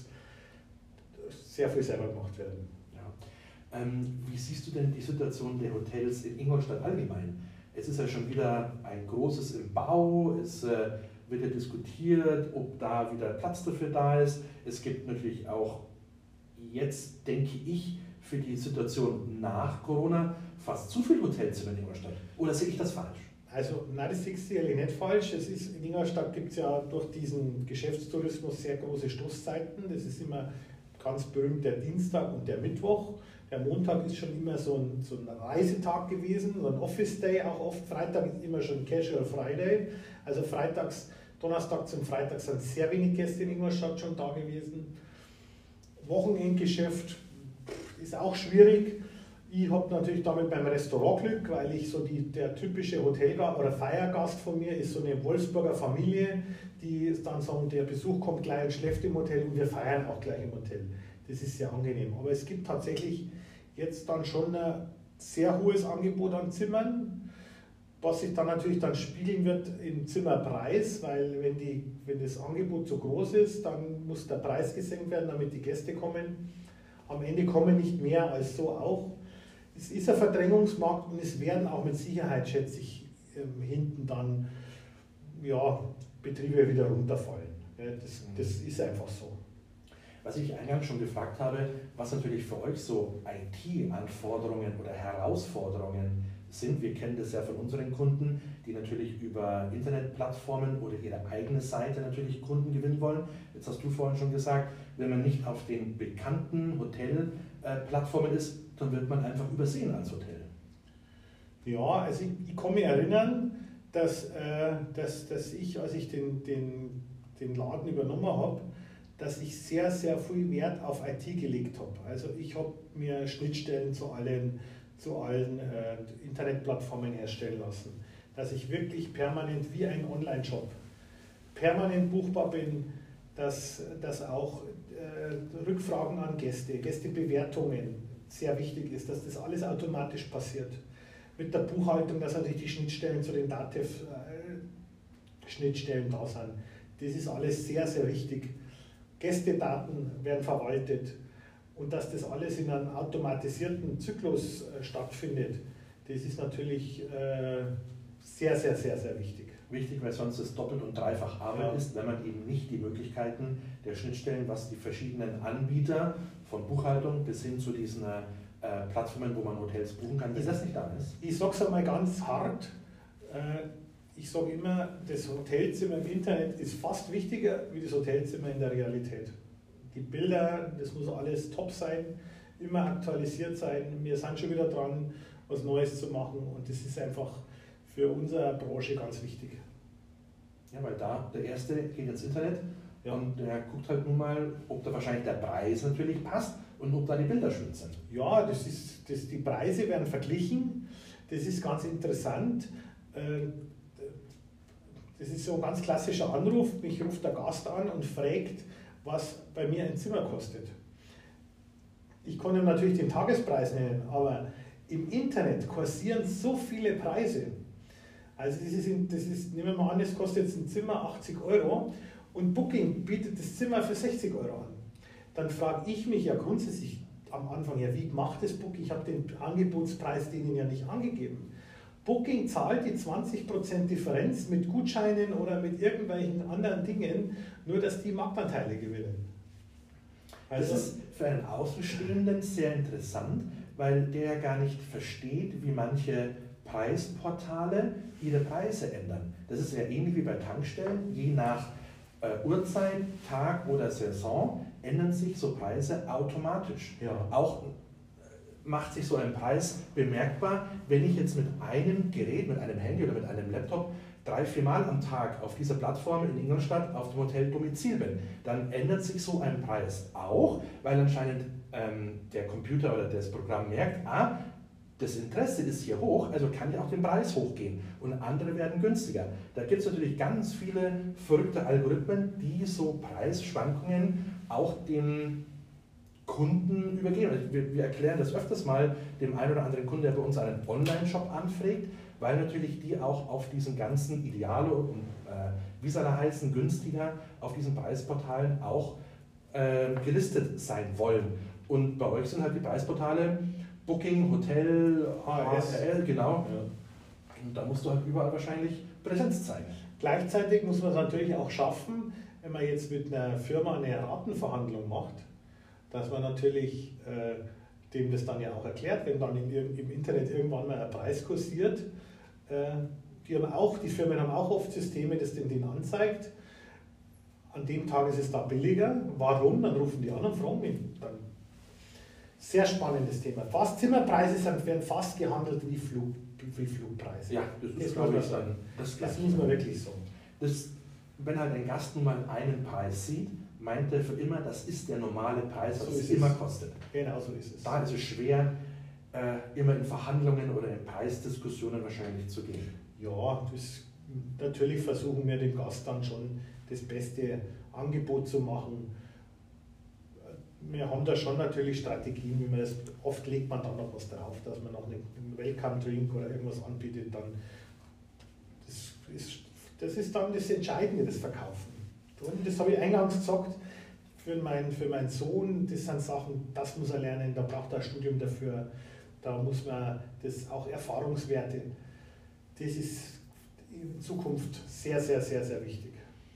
[SPEAKER 2] sehr viel selber gemacht werden.
[SPEAKER 1] Ja. Ähm, wie siehst du denn die Situation der Hotels in Ingolstadt allgemein? Es ist ja schon wieder ein großes im Bau, es äh, wird ja diskutiert, ob da wieder Platz dafür da ist. Es gibt natürlich auch jetzt, denke ich, für die Situation nach Corona fast zu viele Hotelzimmer in Ingolstadt. Oder sehe ich das falsch?
[SPEAKER 2] Also nein, das siehst du ehrlich nicht falsch. Es ist, in Ingolstadt gibt es ja durch diesen Geschäftstourismus sehr große Stoßzeiten. Das ist immer ganz berühmt der Dienstag und der Mittwoch. Der Montag ist schon immer so ein, so ein Reisetag gewesen, so ein Office Day auch oft. Freitag ist immer schon Casual Friday. Also freitags, Donnerstag zum Freitag sind sehr wenig Gäste in Ingolstadt schon da gewesen. Wochenendgeschäft ist auch schwierig. Ich habe natürlich damit beim Restaurant Glück, weil ich so die, der typische Hotelgast oder Feiergast von mir ist so eine Wolfsburger Familie, die dann sagen, der Besuch kommt gleich und schläft im Hotel und wir feiern auch gleich im Hotel. Das ist sehr angenehm. Aber es gibt tatsächlich jetzt dann schon ein sehr hohes Angebot an Zimmern, was sich dann natürlich dann spiegeln wird im Zimmerpreis, weil wenn, die, wenn das Angebot zu groß ist, dann muss der Preis gesenkt werden, damit die Gäste kommen. Am Ende kommen nicht mehr als so auch. Es ist ein Verdrängungsmarkt und es werden auch mit Sicherheit, schätze ich, hinten dann ja, Betriebe wieder runterfallen. Das, das ist einfach so.
[SPEAKER 1] Was ich eingangs schon gefragt habe, was natürlich für euch so I T-Anforderungen oder Herausforderungen sind. Wir kennen das ja von unseren Kunden, die natürlich über Internetplattformen oder ihre eigene Seite natürlich Kunden gewinnen wollen. Jetzt hast du vorhin schon gesagt, wenn man nicht auf den bekannten Hotelplattformen ist, dann wird man einfach übersehen als Hotel.
[SPEAKER 2] Ja, also ich, ich kann mich erinnern, dass, äh, dass, dass ich, als ich den, den, den Laden übernommen habe, dass ich sehr, sehr viel Wert auf I T gelegt habe. Also ich habe mir Schnittstellen zu allen, zu allen äh, Internetplattformen herstellen lassen, dass ich wirklich permanent wie ein Online-Shop permanent buchbar bin, dass, dass auch äh, Rückfragen an Gäste, Gästebewertungen sehr wichtig ist, dass das alles automatisch passiert. Mit der Buchhaltung, dass natürlich die Schnittstellen zu den Datev-Schnittstellen da sind. Das ist alles sehr, sehr wichtig. Gästedaten werden verwaltet und dass das alles in einem automatisierten Zyklus äh, stattfindet, das ist natürlich äh, sehr, sehr, sehr, sehr wichtig.
[SPEAKER 1] Wichtig, weil sonst es doppelt und dreifach Arbeit ja. ist, wenn man eben nicht die Möglichkeiten der Schnittstellen, was die verschiedenen Anbieter von Buchhaltung bis hin zu diesen äh, Plattformen, wo man Hotels buchen kann, wenn das nicht da ist.
[SPEAKER 2] Ich sage es einmal ganz hart, äh, ich sage immer, das Hotelzimmer im Internet ist fast wichtiger wie das Hotelzimmer in der Realität. Die Bilder, das muss alles top sein, immer aktualisiert sein. Wir sind schon wieder dran, was Neues zu machen und das ist einfach für unsere Branche ganz wichtig.
[SPEAKER 1] Ja, weil da der Erste geht ins Internet,
[SPEAKER 2] ja.
[SPEAKER 1] Und der guckt halt nun mal, ob da wahrscheinlich der Preis natürlich passt und ob da die Bilder schön sind.
[SPEAKER 2] Ja, das ist, das, die Preise werden verglichen, das ist ganz interessant. Das ist so ein ganz klassischer Anruf, mich ruft der Gast an und fragt, was bei mir ein Zimmer kostet. Ich konnte natürlich den Tagespreis nennen, aber im Internet kursieren so viele Preise. Also das ist, das ist, nehmen wir mal an, es kostet jetzt ein Zimmer achtzig Euro und Booking bietet das Zimmer für sechzig Euro an. Dann frage ich mich ja grundsätzlich am Anfang, ja, wie macht das Booking? Ich habe den Angebotspreis denen ja nicht angegeben. Booking zahlt die zwanzig Prozent Differenz mit Gutscheinen oder mit irgendwelchen anderen Dingen, nur dass die Marktanteile gewinnen.
[SPEAKER 1] Also das ist für einen Außenstehenden sehr interessant, weil der ja gar nicht versteht, wie manche Preisportale ihre Preise ändern. Das ist ja ähnlich wie bei Tankstellen, je nach äh, Uhrzeit, Tag oder Saison ändern sich so Preise automatisch.
[SPEAKER 2] Ja.
[SPEAKER 1] Auch macht sich so ein Preis bemerkbar, wenn ich jetzt mit einem Gerät, mit einem Handy oder mit einem Laptop drei, vier Mal am Tag auf dieser Plattform in Ingolstadt auf dem Hotel Domizil bin, dann ändert sich so ein Preis auch, weil anscheinend ähm, der Computer oder das Programm merkt, ah, das Interesse ist hier hoch, also kann ja auch den Preis hochgehen und andere werden günstiger. Da gibt es natürlich ganz viele verrückte Algorithmen, die so Preisschwankungen auch den Kunden übergeben. Wir, wir erklären das öfters mal dem einen oder anderen Kunden, der bei uns einen Online-Shop anfragt, weil natürlich die auch auf diesen ganzen Idealo und äh, wie soll er heißen, günstiger auf diesen Preisportalen auch äh, gelistet sein wollen. Und bei euch sind halt die Preisportale Booking, Hotel, H S L, genau. Ja. Und da musst du halt überall wahrscheinlich Präsenz zeigen.
[SPEAKER 2] Gleichzeitig muss man es natürlich auch schaffen, wenn man jetzt mit einer Firma eine Ratenverhandlung macht, dass man natürlich äh, dem das dann ja auch erklärt, wenn dann in, im Internet irgendwann mal ein Preis kursiert. Äh, die, haben auch, die Firmen haben auch oft Systeme, das den, den anzeigt. An dem Tag ist es da billiger. Warum? Dann rufen die an und fragen mich. Dann sehr spannendes Thema. Fast Zimmerpreise werden fast gehandelt wie, Flug, wie Flugpreise.
[SPEAKER 1] Ja, das,
[SPEAKER 2] das,
[SPEAKER 1] das,
[SPEAKER 2] glaube
[SPEAKER 1] ich dann,
[SPEAKER 2] das, das muss man wirklich sagen.
[SPEAKER 1] Das, wenn halt ein Gast nun mal einen Preis sieht, meint er für immer, das ist der normale Preis, was so es immer kostet.
[SPEAKER 2] Genau so ist es.
[SPEAKER 1] Da ist es schwer, äh, immer in Verhandlungen oder in Preisdiskussionen wahrscheinlich zu gehen.
[SPEAKER 2] Ja, das, natürlich versuchen wir dem Gast dann schon das beste Angebot zu machen. Wir haben da schon natürlich Strategien, wie man das, oft legt man dann noch was drauf, dass man noch einen Welcome-Drink oder irgendwas anbietet, dann das ist, das ist dann das Entscheidende, das Verkaufen. Und das habe ich eingangs gesagt, für, mein, für meinen Sohn, das sind Sachen, das muss er lernen, da braucht er ein Studium dafür, da muss man das auch Erfahrungswerte, das ist in Zukunft sehr, sehr, sehr, sehr wichtig.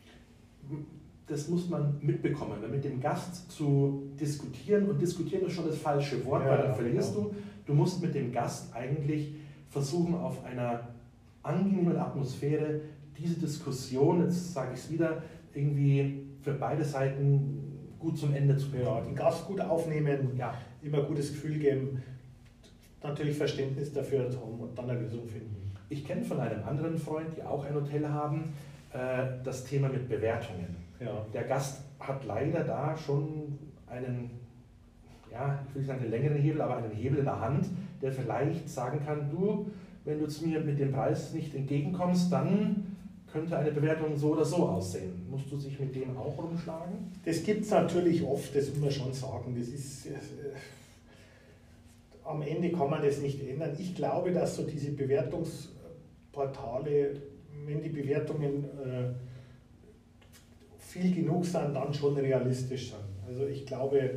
[SPEAKER 1] Das muss man mitbekommen, mit dem Gast zu diskutieren, und diskutieren ist schon das falsche Wort, ja, weil dann verlierst genau. du. Du musst mit dem Gast eigentlich versuchen, auf einer angenehmen Atmosphäre diese Diskussion, jetzt sage ich es wieder, irgendwie für beide Seiten gut zum Ende zu bringen.
[SPEAKER 2] Ja, den Gast gut aufnehmen, ja. Immer gutes Gefühl geben, natürlich Verständnis dafür haben und dann eine Lösung finden.
[SPEAKER 1] Ich kenne von einem anderen Freund, die auch ein Hotel haben, das Thema mit Bewertungen.
[SPEAKER 2] Ja.
[SPEAKER 1] Der Gast hat leider da schon einen, ja, ich will nicht sagen einen längeren Hebel, aber einen Hebel in der Hand, der vielleicht sagen kann, du, wenn du zu mir mit dem Preis nicht entgegenkommst, dann könnte eine Bewertung so oder so aussehen. Musst du sich mit dem auch rumschlagen?
[SPEAKER 2] Das gibt es natürlich oft, das muss man schon sagen. Das ist, äh, am Ende kann man das nicht ändern. Ich glaube, dass so diese Bewertungsportale, wenn die Bewertungen äh, viel genug sind, dann schon realistisch sind. Also ich glaube, äh,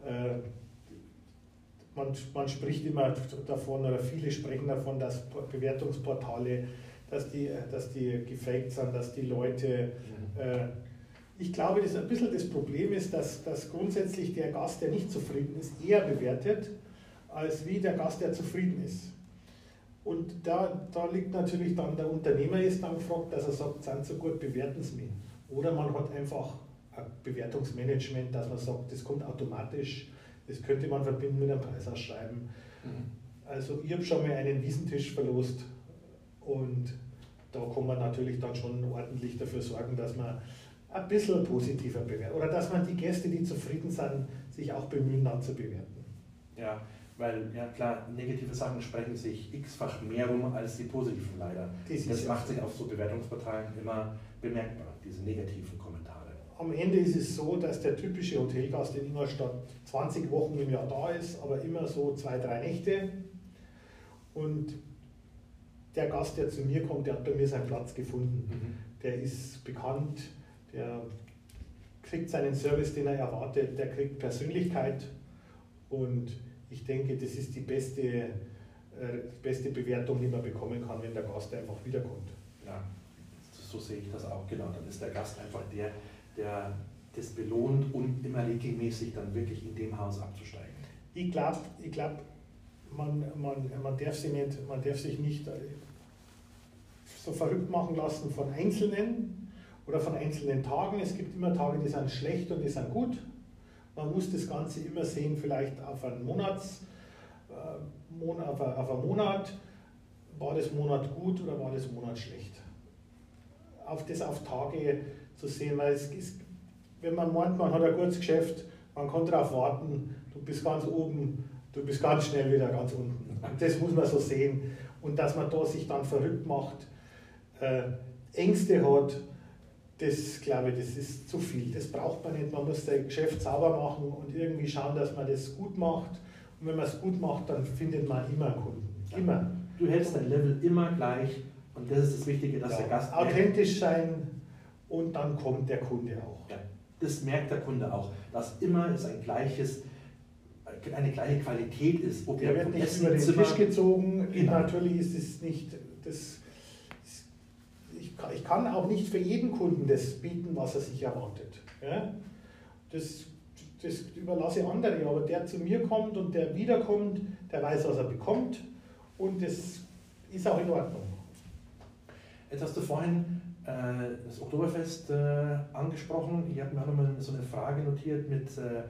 [SPEAKER 2] man, man spricht immer davon, oder viele sprechen davon, dass Bewertungsportale, dass die, dass die gefaked sind, dass die Leute... Äh, ich glaube, dass ein bisschen das Problem ist, dass, dass grundsätzlich der Gast, der nicht zufrieden ist, eher bewertet, als wie der Gast, der zufrieden ist. Und da, da liegt natürlich dann, der Unternehmer ist dann gefragt, dass er sagt, sind so gut, bewerten Sie mich. Oder man hat einfach ein Bewertungsmanagement, dass man sagt, das kommt automatisch, das könnte man verbinden mit einem Preisausschreiben. Mhm. Also ich habe schon mal einen Wiesentisch verlost und da kann man natürlich dann schon ordentlich dafür sorgen, dass man ein bisschen positiver bewertet. Oder dass man die Gäste, die zufrieden sind, sich auch bemühen, dann zu bewerten.
[SPEAKER 1] Ja, weil, ja klar, negative Sachen sprechen sich x-fach mehr rum als die positiven leider. Das, das macht sich auf so Bewertungsportalen immer bemerkbar, diese negativen Kommentare.
[SPEAKER 2] Am Ende ist es so, dass der typische Hotelgast in Ingolstadt zwanzig Wochen im Jahr da ist, aber immer so zwei, drei Nächte. Und der Gast, der zu mir kommt, der hat bei mir seinen Platz gefunden. Mhm. Der ist bekannt, der kriegt seinen Service, den er erwartet, der kriegt Persönlichkeit und ich denke, das ist die beste, äh, beste Bewertung, die man bekommen kann, wenn der Gast einfach wiederkommt.
[SPEAKER 1] Ja, so sehe ich das auch, genau. Dann ist der Gast einfach der, der das belohnt, um immer regelmäßig dann wirklich in dem Haus abzusteigen.
[SPEAKER 2] Ich glaube, ich glaub, man, man, man, darf sich nicht, man darf sich nicht so verrückt machen lassen von Einzelnen oder von einzelnen Tagen. Es gibt immer Tage, die sind schlecht und die sind gut. Man muss das Ganze immer sehen, vielleicht auf einen Monats, äh, Monat, auf, auf einen Monat. War das Monat gut oder war das Monat schlecht? Auf das auf Tage zu sehen, weil es ist, wenn man meint, man hat ein gutes Geschäft, man kann darauf warten, du bist ganz oben, du bist ganz schnell wieder ganz unten. Und das muss man so sehen. Und dass man da sich dann verrückt macht, äh, Ängste hat, das glaube ich, das ist zu viel. Das braucht man nicht. Man muss das Geschäft sauber machen und irgendwie schauen, dass man das gut macht. Und wenn man es gut macht, dann findet man immer einen Kunden. Immer.
[SPEAKER 1] Du hältst dein Level immer gleich und das ist das Wichtige, dass ja, der Gast
[SPEAKER 2] authentisch sein und dann kommt der Kunde auch.
[SPEAKER 1] Ja, das merkt der Kunde auch, dass immer es ein gleiches, eine gleiche Qualität ist.
[SPEAKER 2] Ob der wird nicht über den Zimmer Tisch gezogen. Genau. Natürlich ist es nicht das. Ich kann auch nicht für jeden Kunden das bieten, was er sich erwartet. Ja? Das, das überlasse ich andere, aber der zu mir kommt und der wiederkommt, der weiß, was er bekommt und das ist auch in Ordnung.
[SPEAKER 1] Jetzt hast du vorhin äh, das Oktoberfest äh, angesprochen. Ich habe mir auch nochmal so eine Frage notiert mit äh,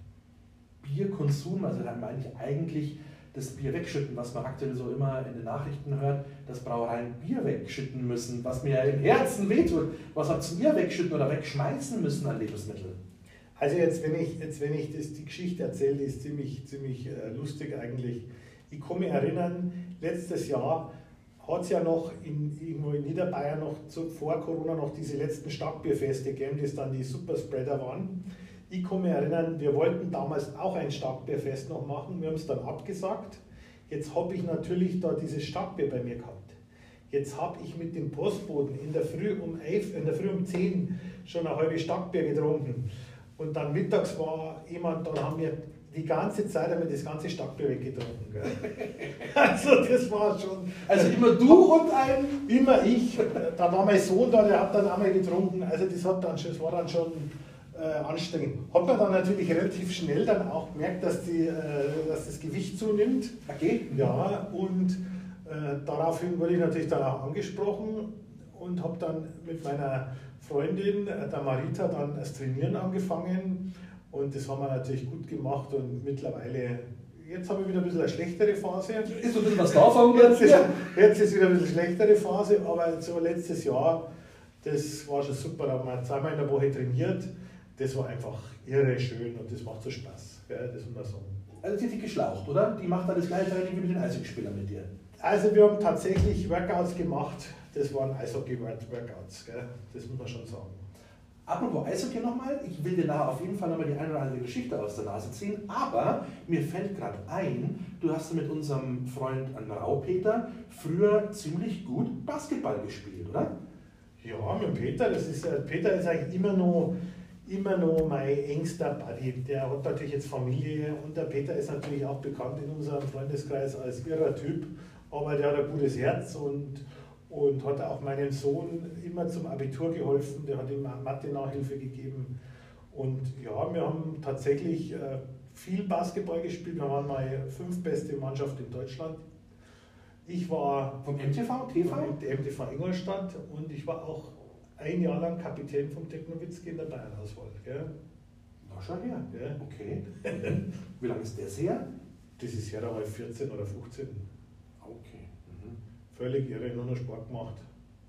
[SPEAKER 1] Bierkonsum, also da meine ich eigentlich das Bier wegschütten, was man aktuell so immer in den Nachrichten hört, dass Brauereien Bier wegschütten müssen, was mir ja im Herzen wehtut. Was habt ihr wegschütten oder wegschmeißen müssen an Lebensmitteln?
[SPEAKER 2] Also jetzt, wenn ich, jetzt, wenn ich das, die Geschichte erzähle, die ist ziemlich, ziemlich äh, lustig eigentlich. Ich kann mich erinnern, letztes Jahr hat es ja noch in, irgendwo in Niederbayern noch zu, vor Corona noch diese letzten Starkbierfeste gegeben, die dann die Superspreader waren. Ich kann mich erinnern, wir wollten damals auch ein Starkbierfest noch machen, wir haben es dann abgesagt. Jetzt habe ich natürlich da dieses Starkbier bei mir gehabt. Jetzt habe ich mit dem Postboten in der Früh um elf, in der Früh um zehn schon ein halbes Starkbier getrunken. Und dann mittags war jemand, dann haben wir die ganze Zeit haben wir das ganze Starkbier weggetrunken. Gell? Also das war schon...
[SPEAKER 1] Also immer du und ein...
[SPEAKER 2] Immer ich. Da war mein Sohn da, der hat dann einmal getrunken. Also das, hat dann schon, das war dann schon... Äh, anstrengend. Hat man dann natürlich relativ schnell dann auch gemerkt, dass, die, äh, dass das Gewicht zunimmt.
[SPEAKER 1] Okay.
[SPEAKER 2] Ja, und äh, daraufhin wurde ich natürlich dann auch angesprochen und habe dann mit meiner Freundin, der Marita, dann das Trainieren angefangen und das haben wir natürlich gut gemacht und mittlerweile, jetzt habe ich wieder ein bisschen eine schlechtere Phase.
[SPEAKER 1] Ist so ein bisschen was davon?
[SPEAKER 2] Jetzt ist, jetzt ist wieder ein bisschen schlechtere Phase, aber so letztes Jahr, das war schon super, da haben wir zweimal in der Woche trainiert. Das war einfach irre schön und das macht so Spaß, gell? Das muss man sagen.
[SPEAKER 1] Also die ist geschlaucht, oder? Die macht dann das gleiche Training wie mit den Eishockeyspielern mit dir?
[SPEAKER 2] Also wir haben tatsächlich Workouts gemacht, das waren Eishockey-Workouts, das muss man schon sagen.
[SPEAKER 1] Apropos Eishockey nochmal, ich will dir nachher auf jeden Fall nochmal die eine oder andere Geschichte aus der Nase ziehen, aber mir fällt gerade ein, du hast mit unserem Freund Raupeter früher ziemlich gut Basketball gespielt, oder?
[SPEAKER 2] Ja, mit Peter, das ist, Peter ist eigentlich immer noch immer noch mein engster Buddy. Der hat natürlich jetzt Familie und der Peter ist natürlich auch bekannt in unserem Freundeskreis als irrer Typ, aber der hat ein gutes Herz und, und hat auch meinem Sohn immer zum Abitur geholfen, der hat ihm Mathe-Nachhilfe gegeben und ja, wir haben tatsächlich äh, viel Basketball gespielt, wir waren mal fünf beste Mannschaft in Deutschland Ich war
[SPEAKER 1] vom M T V, T V?
[SPEAKER 2] Vom M T V Ingolstadt und ich war auch ein Jahr lang Kapitän vom Technowitzki in der Bayern-Auswahl.
[SPEAKER 1] Na, schau her.
[SPEAKER 2] Ja.
[SPEAKER 1] Okay. Wie lange ist das her?
[SPEAKER 2] Das ist ja da mal vierzehn oder fünfzehn.
[SPEAKER 1] Okay. Mhm.
[SPEAKER 2] Völlig irre, nur noch Sport gemacht.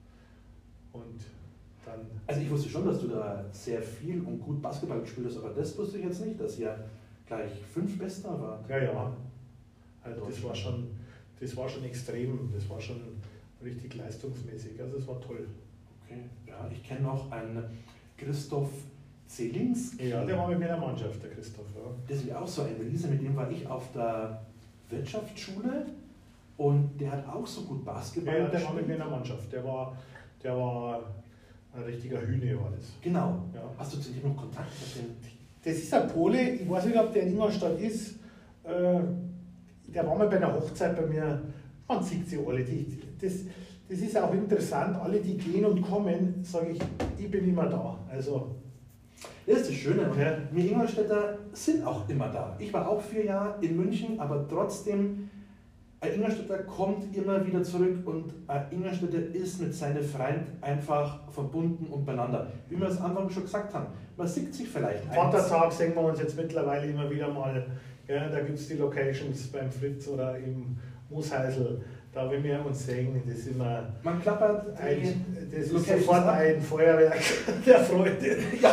[SPEAKER 2] Und dann.
[SPEAKER 1] Also ich wusste schon, dass du da sehr viel und gut Basketball gespielt hast, aber das wusste ich jetzt nicht, dass ihr gleich fünf Bester wart.
[SPEAKER 2] Ja, ja. Also das war schon, das war schon extrem, das war schon richtig leistungsmäßig. Also es war toll.
[SPEAKER 1] Okay. Ja, ich kenne noch einen Christoph Zelinski.
[SPEAKER 2] Ja, der war mit mir in der Mannschaft, der Christoph. Ja.
[SPEAKER 1] Das ist auch so ein Riese, mit dem war ich auf der Wirtschaftsschule und der hat auch so gut Basketball
[SPEAKER 2] Ja, ja, der
[SPEAKER 1] gespielt.
[SPEAKER 2] war mit mir in der Mannschaft. Der war, der war ein richtiger Hühne, war das.
[SPEAKER 1] Genau.
[SPEAKER 2] Ja.
[SPEAKER 1] Hast du zu dem noch Kontakt mit dem?
[SPEAKER 2] Das ist ein Pole, ich weiß nicht, ob der in Ingolstadt ist. Äh, der war mal bei einer Hochzeit bei mir. Man sieht sie alle. Die, das, das ist auch interessant. Alle, die gehen und kommen, sage ich, ich bin immer da. Also,
[SPEAKER 1] Das ist das Schöne.
[SPEAKER 2] Ja.
[SPEAKER 1] Wir Ingolstädter sind auch immer da. Ich war auch vier Jahre in München, aber trotzdem, ein Ingolstädter kommt immer wieder zurück und ein Ingolstädter ist mit seinen Freunden einfach verbunden und beieinander. Wie wir es am Anfang schon gesagt haben, man sieht sich vielleicht
[SPEAKER 2] am Vatertag sehen wir uns jetzt mittlerweile immer wieder mal. Ja, da gibt es die Locations beim Fritz oder im Moosheisel. Da, wenn wir uns sehen, das ist immer
[SPEAKER 1] Man klappert
[SPEAKER 2] ein, das ist
[SPEAKER 1] Locations
[SPEAKER 2] sofort
[SPEAKER 1] ab.
[SPEAKER 2] ein Feuerwerk der Freude.
[SPEAKER 1] Ja,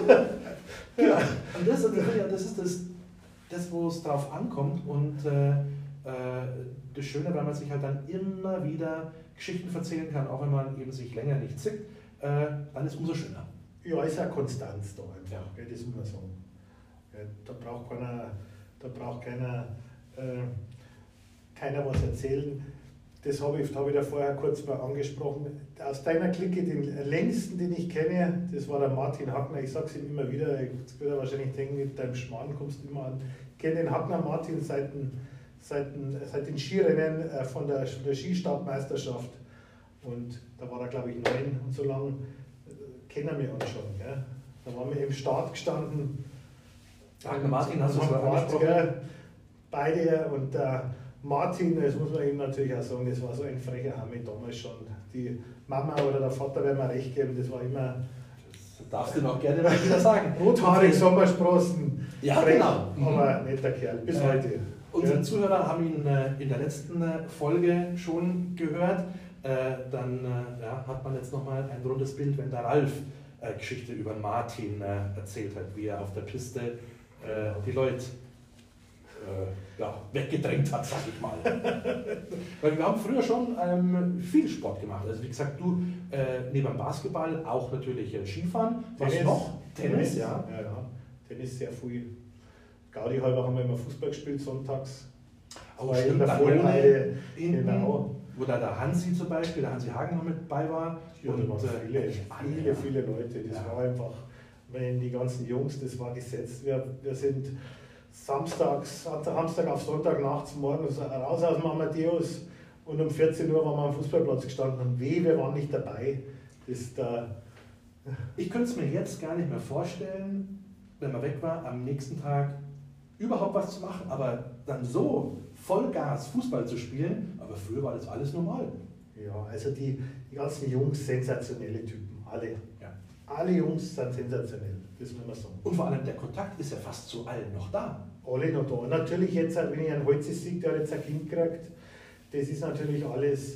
[SPEAKER 1] genau. Und das, das, das ist das, das wo es drauf ankommt. Und äh, äh, das Schöne, weil man sich halt dann immer wieder Geschichten erzählen kann, auch wenn man eben sich länger nicht sieht, äh, dann ist es umso schöner.
[SPEAKER 2] Ja, ist eine Konstanz da einfach, ja. Das muss man sagen. Ja, da braucht keiner, da braucht keiner, äh, keiner was erzählen. Das habe ich, hab ich da vorher kurz mal angesprochen. Aus deiner Clique, den längsten, den ich kenne, das war der Martin Hackner. Ich sage es ihm immer wieder, jetzt wird er wahrscheinlich denken, mit deinem Schmarrn kommst du immer an. Ich kenne den Hackner Martin seit den, seit den, seit den Skirennen von der, von der Skistabmeisterschaft. Und da war er, glaube ich, neun und so lange kennen wir uns schon. Gell? Da waren wir im Start gestanden.
[SPEAKER 1] Ach, Martin, hast du es
[SPEAKER 2] haben
[SPEAKER 1] gerade
[SPEAKER 2] Bart,
[SPEAKER 1] angesprochen?
[SPEAKER 2] gell? Beide und der Martin, das muss man ihm natürlich auch sagen, das war so ein frecher Hamid damals schon. Die Mama oder der Vater werden mir recht geben, das war immer.
[SPEAKER 1] Das darfst du noch gerne mal wieder sagen.
[SPEAKER 2] Rothaarig, Sommersprossen,
[SPEAKER 1] Ja,
[SPEAKER 2] frech,
[SPEAKER 1] genau.
[SPEAKER 2] aber netter Kerl, bis
[SPEAKER 1] Äh,
[SPEAKER 2] heute.
[SPEAKER 1] Unsere
[SPEAKER 2] Ja.
[SPEAKER 1] Zuhörer haben ihn äh, in der letzten äh, Folge schon gehört. Äh, dann äh, ja, hat man jetzt nochmal ein rundes Bild, wenn der Ralf äh, Geschichte über Martin äh, erzählt hat, wie er auf der Piste äh, die Leute äh, ja, weggedrängt hat, sag ich mal. Weil wir haben früher schon ähm, viel Sport gemacht. Also wie gesagt, du äh, neben dem Basketball auch natürlich äh, Skifahren. Was
[SPEAKER 2] Tennis,
[SPEAKER 1] noch? Tennis,
[SPEAKER 2] Tennis,
[SPEAKER 1] ja.
[SPEAKER 2] ja, ja. Tennis sehr viel. Gaudi halber haben wir immer Fußball gespielt sonntags.
[SPEAKER 1] Oh,
[SPEAKER 2] War in
[SPEAKER 1] stimmt,
[SPEAKER 2] der
[SPEAKER 1] da
[SPEAKER 2] Vollheide.
[SPEAKER 1] hinten,
[SPEAKER 2] Genau.
[SPEAKER 1] wo da der Hansi zum Beispiel, der Hansi Hagen noch mit bei war.
[SPEAKER 2] Ja, da waren
[SPEAKER 1] äh,
[SPEAKER 2] viele,
[SPEAKER 1] eigentlich alle,
[SPEAKER 2] viele,
[SPEAKER 1] ja.
[SPEAKER 2] viele Leute. Das
[SPEAKER 1] Ja.
[SPEAKER 2] war einfach, wenn die ganzen Jungs, das war gesetzt. Wir, wir sind samstags, Samstag auf Sonntag nachts morgens raus aus dem Amadeus und um vierzehn Uhr waren wir am Fußballplatz gestanden und weh, wir waren nicht dabei. Das da,
[SPEAKER 1] Ich könnte es mir jetzt gar nicht mehr vorstellen, wenn man weg war, am nächsten Tag überhaupt was zu machen, aber dann so Vollgas Fußball zu spielen, aber früher war das alles normal.
[SPEAKER 2] ja, also die, die ganzen Jungs, sensationelle Typen, alle.
[SPEAKER 1] Ja.
[SPEAKER 2] Alle Jungs sind sensationell, das muss man sagen.
[SPEAKER 1] Und vor allem der Kontakt ist ja fast zu allen noch da.
[SPEAKER 2] Alle noch da. Und natürlich jetzt, wenn ich einen Holzes sehe, der hat jetzt ein Kind gekriegt, das ist natürlich alles.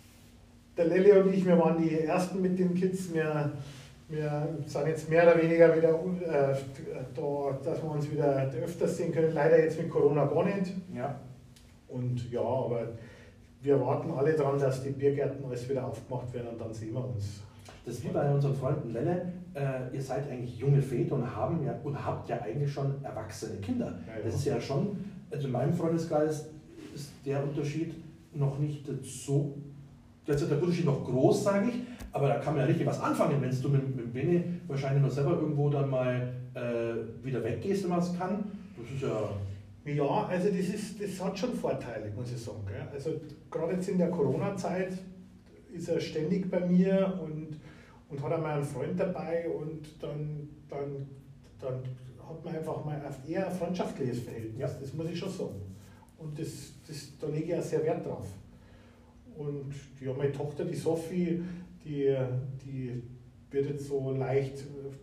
[SPEAKER 2] Der Lelli und ich, wir waren die Ersten mit den Kids, wir, wir sind jetzt mehr oder weniger wieder äh, da, dass wir uns wieder öfters sehen können. Leider jetzt mit Corona gar nicht.
[SPEAKER 1] Ja.
[SPEAKER 2] Und ja, aber wir warten alle daran, dass die Biergärten alles wieder aufgemacht werden und dann sehen wir uns.
[SPEAKER 1] Das ist wie bei unseren Freunden Lelle, äh, ihr seid eigentlich junge Väter und, haben ja, und habt ja eigentlich schon erwachsene Kinder.
[SPEAKER 2] Ja, ja.
[SPEAKER 1] Das ist ja schon, also in meinem Freundeskreis ist der Unterschied noch nicht so, jetzt ist der Unterschied noch groß, sage ich, aber da kann man ja richtig was anfangen, wenn du mit, mit Bene wahrscheinlich noch selber irgendwo dann mal äh, wieder weggehst, wenn man es kann. Das ist ja...
[SPEAKER 2] Ja, also das, ist, das hat schon Vorteile, muss ich sagen. Gell? Also gerade jetzt in der Corona-Zeit ist er ständig bei mir und, und hat einmal einen Freund dabei und dann, dann, dann hat man einfach mal eher ein freundschaftliches Verhältnis,
[SPEAKER 1] Ja.
[SPEAKER 2] das muss ich schon sagen. Und das, das, da lege ich auch sehr Wert drauf. Und ja, meine Tochter, die Sophie, die, die wird jetzt so leicht,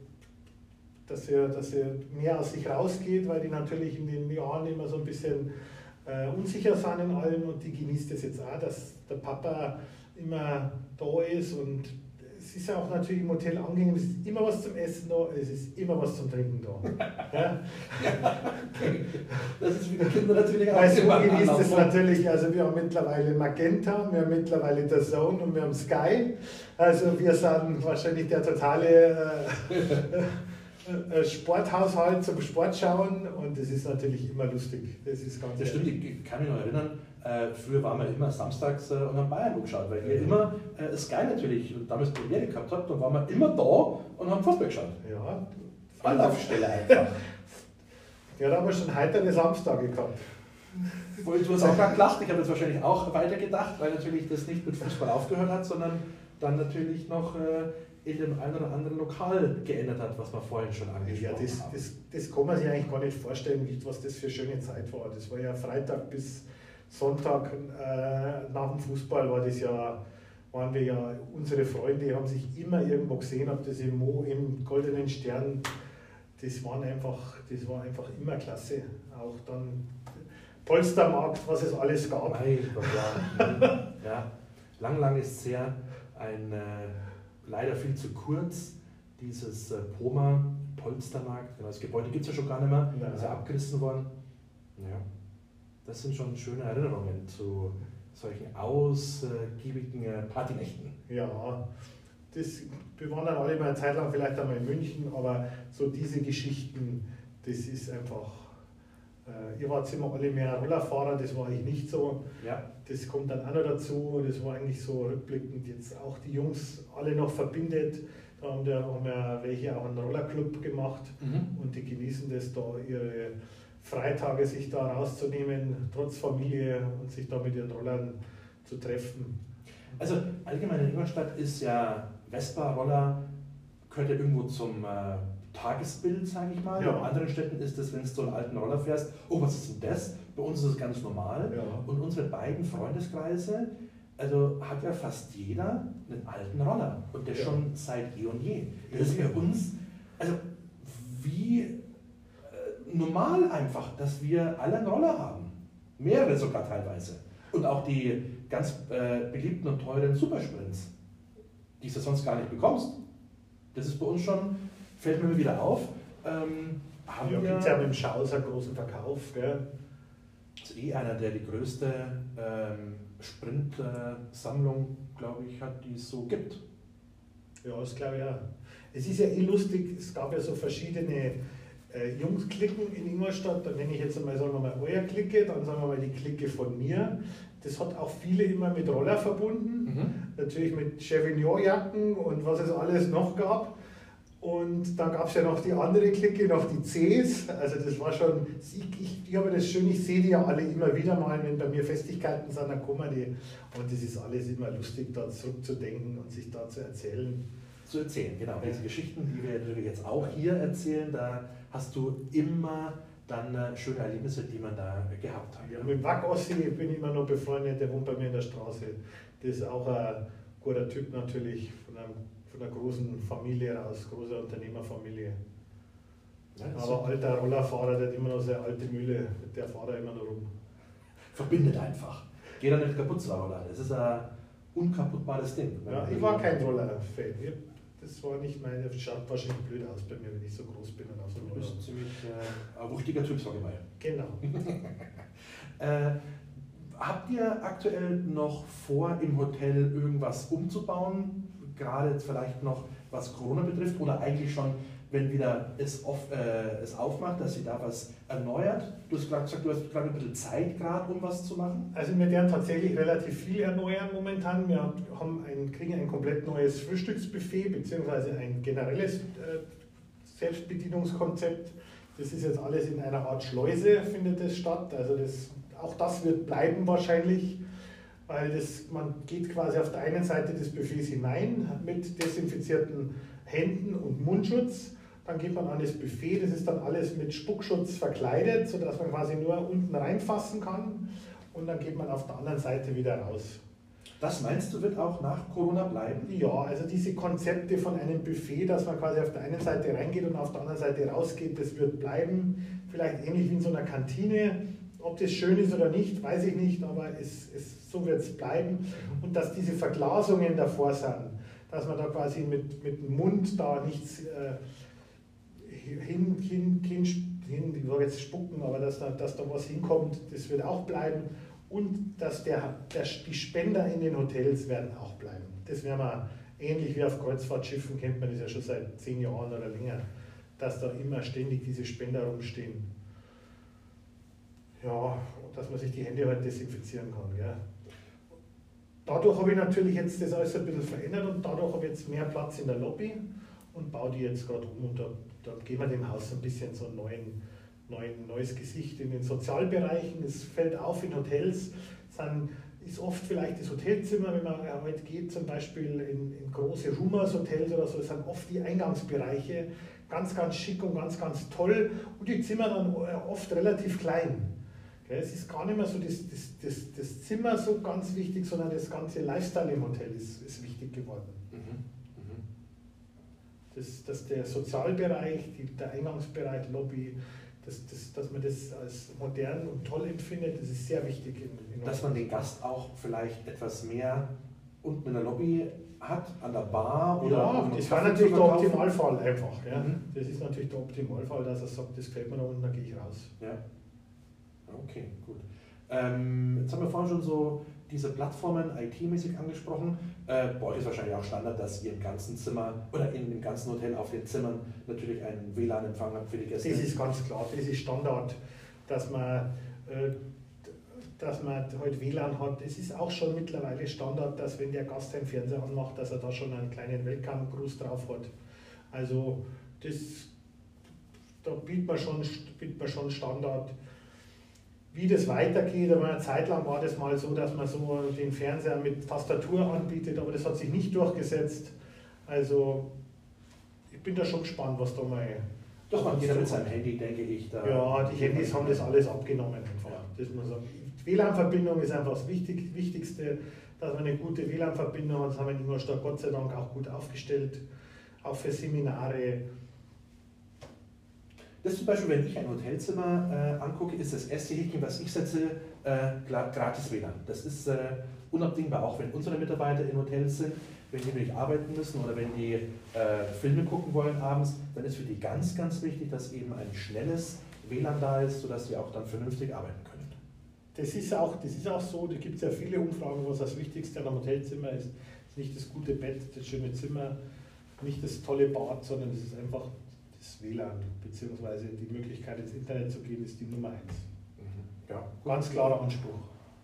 [SPEAKER 2] dass sie, dass sie mehr aus sich rausgeht, weil die natürlich in den Jahren immer so ein bisschen äh, unsicher sind in allem, und die genießt es jetzt auch, dass der Papa immer da ist, und es ist ja auch natürlich im Hotel angenehm, es ist immer was zum Essen da, es ist immer was zum Trinken da. Ja?
[SPEAKER 1] Okay. Das ist für die Kinder natürlich auch
[SPEAKER 2] also
[SPEAKER 1] immer
[SPEAKER 2] genießt es
[SPEAKER 1] Punkt.
[SPEAKER 2] natürlich, also wir haben mittlerweile Magenta, wir haben mittlerweile The Zone und wir haben Sky, also wir sind wahrscheinlich der totale äh, Sporthaushalt zum Sportschauen, und es ist natürlich immer lustig. Das ist ganz
[SPEAKER 1] Das stimmt, ich kann mich noch erinnern, äh, früher waren wir immer samstags äh, und haben Bayern geschaut, weil ihr immer äh, Sky natürlich und damals Premiere gehabt habt, dann waren wir immer da und haben Fußball geschaut.
[SPEAKER 2] Ja.
[SPEAKER 1] Anlaufstelle einfach.
[SPEAKER 2] Ja, da haben wir schon heitere Samstage gehabt.
[SPEAKER 1] Du hast auch gerade gelacht, ich habe jetzt wahrscheinlich auch weitergedacht, weil natürlich das nicht mit Fußball aufgehört hat, sondern dann natürlich noch äh, in dem einen oder anderen Lokal geändert hat, was wir vorhin schon angesprochen
[SPEAKER 2] ja, das,
[SPEAKER 1] haben.
[SPEAKER 2] Das, das kann man sich eigentlich gar nicht vorstellen, wie, was das für eine schöne Zeit war. Das war ja Freitag bis Sonntag äh, nach dem Fußball war das ja, waren wir ja, unsere Freunde haben sich immer irgendwo gesehen, ob das im Mo, im Goldenen Stern, das waren einfach, das war einfach immer klasse. Auch dann Polstermarkt, was es alles gab.
[SPEAKER 1] Mein Gott, ja. ja. Lang, lang ist es her, ein äh, leider viel zu kurz, dieses äh, Poma Polstermarkt, genau, das Gebäude gibt es ja schon gar nicht mehr,
[SPEAKER 2] Nein.
[SPEAKER 1] ist ja abgerissen worden. Ja. Das sind schon schöne Erinnerungen zu solchen ausgiebigen Partynächten.
[SPEAKER 2] Ja, das, wir waren dann alle mal eine Zeit lang vielleicht einmal in München, aber so diese Geschichten, das ist einfach, äh, ihr wart immer alle mehr Rollerfahrer, das war ich nicht so.
[SPEAKER 1] Ja.
[SPEAKER 2] Das kommt dann auch noch dazu, das war eigentlich so rückblickend jetzt auch die Jungs alle noch verbindet. Da haben, der, haben ja welche auch einen Rollerclub gemacht,
[SPEAKER 1] Mhm.
[SPEAKER 2] und die genießen das da, ihre Freitage sich da rauszunehmen, trotz Familie, und sich da mit ihren Rollern zu treffen.
[SPEAKER 1] Also allgemein in Ingolstadt ist ja Vespa-Roller, gehört ja irgendwo zum äh, Tagesbild, sage ich mal.
[SPEAKER 2] Ja.
[SPEAKER 1] In anderen Städten ist das, wenn du so einen alten Roller fährst, oh, was ist denn das? Bei uns ist es ganz normal.
[SPEAKER 2] Ja.
[SPEAKER 1] Und unsere beiden Freundeskreise, also hat ja fast jeder einen alten Roller. Und das
[SPEAKER 2] Ja.
[SPEAKER 1] schon seit eh und je. Das ist für uns, also wie äh, normal einfach, dass wir alle einen Roller haben. Mehrere sogar teilweise. Und auch die ganz äh, beliebten und teuren Supersprints, die du sonst gar nicht bekommst. Das ist bei uns schon, fällt mir wieder auf. Ähm, haben
[SPEAKER 2] Ja,
[SPEAKER 1] wir,
[SPEAKER 2] gibt es ja mit dem Schaus einen großen Verkauf. Gell?
[SPEAKER 1] das ist eh einer, der die größte ähm, Sprint-Sammlung, glaube ich, hat, die es so gibt.
[SPEAKER 2] Ja, das glaube ich auch. Es ist ja eh lustig, es gab ja so verschiedene äh, Jungs-Klicken in Ingolstadt. Dann nenne ich jetzt einmal, sagen wir mal, euer Clique, dann sagen wir mal die Clique von mir. Das hat auch viele immer mit Roller verbunden.
[SPEAKER 1] Mhm.
[SPEAKER 2] Natürlich mit Chevignon-Jacken und was es alles noch gab. Und dann gab es ja noch die andere Clique, noch die Cs. Also das war schon, ich, ich, ich habe das schön, ich sehe die ja alle immer wieder mal, wenn bei mir Festigkeiten sind, dann kommen die. Und das ist alles immer lustig, da zurückzudenken und sich da zu erzählen.
[SPEAKER 1] Zu erzählen, genau.
[SPEAKER 2] Ja.
[SPEAKER 1] Diese Geschichten, die wir natürlich jetzt auch hier erzählen, da hast du immer dann äh, schöne Erlebnisse, die man da gehabt hat.
[SPEAKER 2] Ja, mit dem Wack-Ossi bin ich immer noch befreundet, der wohnt bei mir in der Straße. Das ist auch ein guter Typ natürlich, von, einem, von einer großen Familie aus, großer Unternehmerfamilie.
[SPEAKER 1] Ja, das
[SPEAKER 2] Aber alter Rollerfahrer, der hat immer noch seine alte Mühle, mit der fahrt er immer noch rum.
[SPEAKER 1] verbindet einfach. Geht dann nicht kaputt, Roller. Das ist ein unkaputtbares Ding.
[SPEAKER 2] Ja, ich war kein Roller-Fan. Das war nicht meine, das schaut wahrscheinlich blöd aus bei mir, wenn ich so groß bin und auf so einem
[SPEAKER 1] Du
[SPEAKER 2] Roller.
[SPEAKER 1] bist ziemlich äh, ein wuchtiger Typ, sag ich mal.
[SPEAKER 2] Genau.
[SPEAKER 1] äh, habt ihr aktuell noch vor, im Hotel irgendwas umzubauen? Gerade jetzt vielleicht noch, was Corona betrifft, oder eigentlich schon, wenn wieder es, off, äh, es aufmacht, dass ihr da was erneuert? Du hast gerade gesagt, du hast gerade ein bisschen Zeit gerade, um was zu machen.
[SPEAKER 2] Also wir werden tatsächlich relativ viel erneuern momentan. Wir haben ein, kriegen ein komplett neues Frühstücksbuffet beziehungsweise ein generelles äh, Selbstbedienungskonzept. Das ist jetzt alles in einer Art Schleuse, findet es statt. Also das, auch das wird bleiben wahrscheinlich, weil das, man geht quasi auf der einen Seite des Buffets hinein mit desinfizierten Händen und Mundschutz. Dann geht man an das Buffet, das ist dann alles mit Spuckschutz verkleidet, sodass man quasi nur unten reinfassen kann. Und dann geht man auf der anderen Seite wieder raus.
[SPEAKER 1] Das meinst du, wird auch nach Corona bleiben?
[SPEAKER 2] Ja, also diese Konzepte von einem Buffet, dass man quasi auf der einen Seite reingeht und auf der anderen Seite rausgeht, das wird bleiben. Vielleicht ähnlich wie in so einer Kantine. Ob das schön ist oder nicht, weiß ich nicht, aber es, es, so wird es bleiben. Und dass diese Verglasungen davor sind, dass man da quasi mit, mit dem Mund da nichts äh, hin, hin, hin, hin, ich sage jetzt spucken, aber dass da, dass da was hinkommt, das wird auch bleiben. Und dass der, der, die Spender in den Hotels werden auch bleiben. Das werden wir, ähnlich wie auf Kreuzfahrtschiffen, kennt man das ja schon seit zehn Jahren oder länger, dass da immer ständig diese Spender rumstehen. Ja, dass man sich die Hände halt desinfizieren kann. Gell. Dadurch habe ich natürlich jetzt das alles ein bisschen verändert und dadurch habe ich jetzt mehr Platz in der Lobby und baue die jetzt gerade um und da, da geben wir dem Haus ein bisschen so einen neuen, neuen, neues Gesicht in den Sozialbereichen. Es fällt auf in Hotels, sind, ist oft vielleicht das Hotelzimmer, wenn man heute geht, zum Beispiel in, in große Roomers-Hotels oder so, sind oft die Eingangsbereiche ganz, ganz schick und ganz, ganz toll und die Zimmer dann oft relativ klein. Es ist gar nicht mehr so das, das, das, das Zimmer so ganz wichtig, sondern das ganze Lifestyle im Hotel ist, ist wichtig geworden. Mhm. Mhm. Das, dass der Sozialbereich, die, der Eingangsbereich, Lobby, das, das, dass man das als modern und toll empfindet, das ist sehr wichtig. In, in
[SPEAKER 1] dass man den Gast auch vielleicht etwas mehr unten in der Lobby hat, an der Bar oder
[SPEAKER 2] ja, das war natürlich der Optimalfall einfach. Ja. Mhm. Das ist natürlich der Optimalfall, dass er sagt, das gefällt mir da unten, dann gehe ich raus.
[SPEAKER 1] Ja. Okay, gut. Ähm, jetzt haben wir vorhin schon so diese Plattformen I T-mäßig angesprochen. Äh, bei euch ist wahrscheinlich auch Standard, dass ihr im ganzen Zimmer oder in dem ganzen Hotel auf den Zimmern natürlich einen W L A N-Empfang habt für die Gäste.
[SPEAKER 2] Das ist ganz klar, das ist Standard, dass man, äh, dass man heute W L A N hat. Es ist auch schon mittlerweile Standard, dass wenn der Gast seinen Fernseher anmacht, dass er da schon einen kleinen Welcome-Gruß drauf hat. Also das, da bietet man schon, bietet man schon Standard. Wie das weitergeht, aber eine Zeit lang war das mal so, dass man so den Fernseher mit Tastatur anbietet, aber das hat sich nicht durchgesetzt. Also ich bin da schon gespannt, was da mal...
[SPEAKER 1] Das macht jeder mit seinem Handy, denke ich. Da
[SPEAKER 2] ja, die Handys haben das alles abgenommen einfach. Ja. Das muss man sagen. Die W L A N-Verbindung ist einfach das Wichtig, Wichtigste, dass man eine gute W L A N-Verbindung hat. Das haben wir in Ingolstadt Gott sei Dank auch gut aufgestellt, auch für Seminare.
[SPEAKER 1] Das zum Beispiel, wenn ich ein Hotelzimmer äh, angucke, ist das erste Häkchen, was ich setze, äh, gratis W L A N. Das ist äh, unabdingbar, auch wenn unsere Mitarbeiter in Hotels sind, wenn die wirklich arbeiten müssen oder wenn die äh, Filme gucken wollen abends, dann ist für die ganz, ganz wichtig, dass eben ein schnelles W L A N da ist, sodass die auch dann vernünftig arbeiten können.
[SPEAKER 2] Das ist auch, das ist auch so, da gibt es ja viele Umfragen, was das Wichtigste an einem Hotelzimmer ist. Es ist nicht das gute Bett, das schöne Zimmer, nicht das tolle Bad, sondern es ist einfach das W L A N, beziehungsweise die Möglichkeit ins Internet zu gehen, ist die Nummer eins. Mhm. Ja, ganz klarer Anspruch.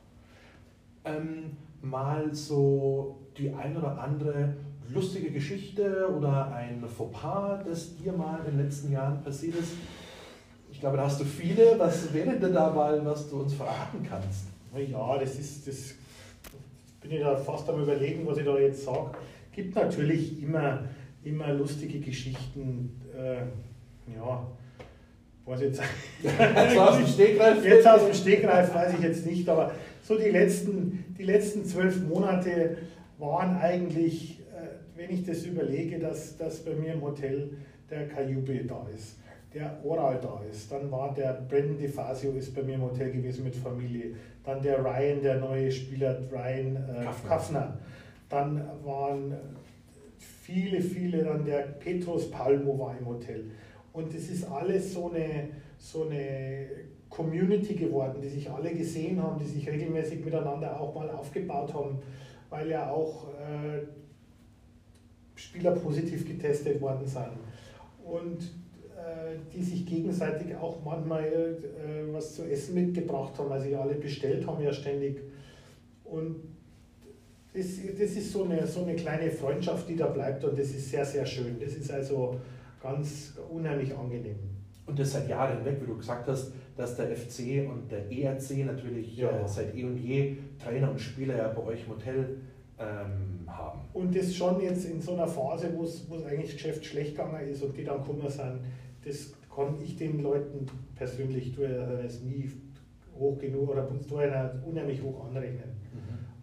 [SPEAKER 1] Ähm, mal so die ein oder andere lustige Geschichte oder ein Fauxpas, das dir mal in den letzten Jahren passiert ist. Ich glaube, da hast du viele. Was wäre denn da mal, was du uns verraten kannst?
[SPEAKER 2] Ja, das ist, das bin ich da fast am Überlegen, was ich da jetzt sage. Es gibt natürlich immer, immer lustige Geschichten. Äh, ja, weiß jetzt.
[SPEAKER 1] Jetzt aus dem Stegreif.
[SPEAKER 2] Jetzt aus dem Stegreif weiß ich jetzt nicht, aber so die letzten, die letzten zwölf Monate waren eigentlich, äh, wenn ich das überlege, dass, dass bei mir im Hotel der Cayube da ist, der Oral da ist, dann war der Brendan DeFazio ist bei mir im Hotel gewesen mit Familie, dann der Ryan, der neue Spieler Ryan äh, Kaffner, dann waren viele, viele, dann der Petros Palmo war im Hotel. Und es ist alles so eine, so eine Community geworden, die sich alle gesehen haben, die sich regelmäßig miteinander auch mal aufgebaut haben, weil ja auch äh, Spieler positiv getestet worden sind. Und äh, die sich gegenseitig auch manchmal äh, was zu essen mitgebracht haben, weil sie alle bestellt haben ja ständig. Und das, das ist so eine, so eine kleine Freundschaft, die da bleibt und das ist sehr, sehr schön. Das ist also ganz unheimlich angenehm.
[SPEAKER 1] Und das seit Jahren hinweg, wie du gesagt hast, dass der F C und der E R C natürlich ja. äh, seit eh und je Trainer und Spieler ja bei euch im Hotel ähm, haben.
[SPEAKER 2] Und das schon jetzt in so einer Phase, wo es eigentlich das Geschäft schlecht gegangen ist und die dann gekommen sind, das kann ich den Leuten persönlich tue es nie hoch genug oder tue unheimlich hoch anrechnen. Mhm.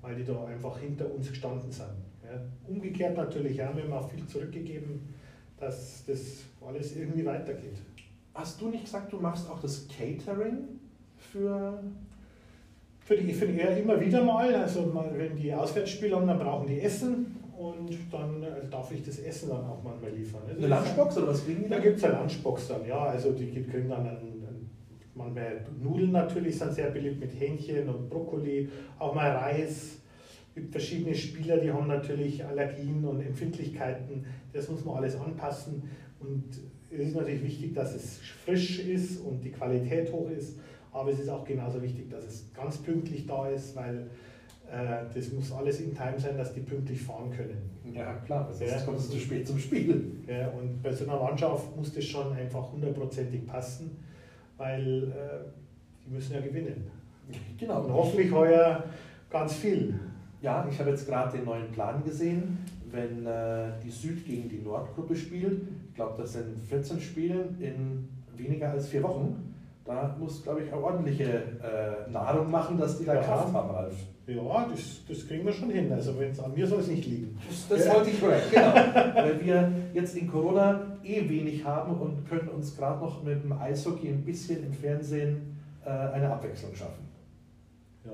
[SPEAKER 2] weil die da einfach hinter uns gestanden sind. Ja. Umgekehrt natürlich auch, wir haben auch viel zurückgegeben, dass das alles irgendwie weitergeht.
[SPEAKER 1] Hast du nicht gesagt, du machst auch das Catering für...
[SPEAKER 2] Für die, für die eher immer wieder mal, also mal, wenn die Auswärtsspiele haben, dann brauchen die Essen und dann also darf ich das Essen dann auch manchmal liefern. Also
[SPEAKER 1] eine Lunchbox oder was kriegen die?
[SPEAKER 2] Da gibt es eine Lunchbox dann, ja, also die kriegen dann einen, einen, manchmal Nudeln natürlich, sind sehr beliebt mit Hähnchen und Brokkoli, auch mal Reis. Es gibt verschiedene Spieler, die haben natürlich Allergien und Empfindlichkeiten, das muss man alles anpassen und es ist natürlich wichtig, dass es frisch ist und die Qualität hoch ist. Aber es ist auch genauso wichtig, dass es ganz pünktlich da ist, weil äh, das muss alles in Time sein, dass die pünktlich fahren können.
[SPEAKER 1] Ja klar, sonst
[SPEAKER 2] ja.
[SPEAKER 1] kommt es zu spät zum Spiel.
[SPEAKER 2] Ja, und bei so einer Mannschaft muss das schon einfach hundertprozentig passen, weil äh, die müssen ja gewinnen.
[SPEAKER 1] Genau.
[SPEAKER 2] Und hoffentlich heuer ganz viel.
[SPEAKER 1] Ja, ich habe jetzt gerade den neuen Plan gesehen, wenn äh, die Süd gegen die Nordgruppe spielt. Ich glaube, das sind vierzehn Spiele in weniger als vier Wochen. Da muss, glaube ich, auch ordentliche äh, Nahrung machen, dass die da
[SPEAKER 2] ja.
[SPEAKER 1] Kraft haben, Ralf.
[SPEAKER 2] Ja, das, das kriegen wir schon hin. Also wenn es an mir soll es nicht liegen.
[SPEAKER 1] Das, das ja. wollte ich korrekt, genau. Weil wir jetzt in Corona eh wenig haben und können uns gerade noch mit dem Eishockey ein bisschen im Fernsehen äh, eine Abwechslung schaffen.
[SPEAKER 2] Ja,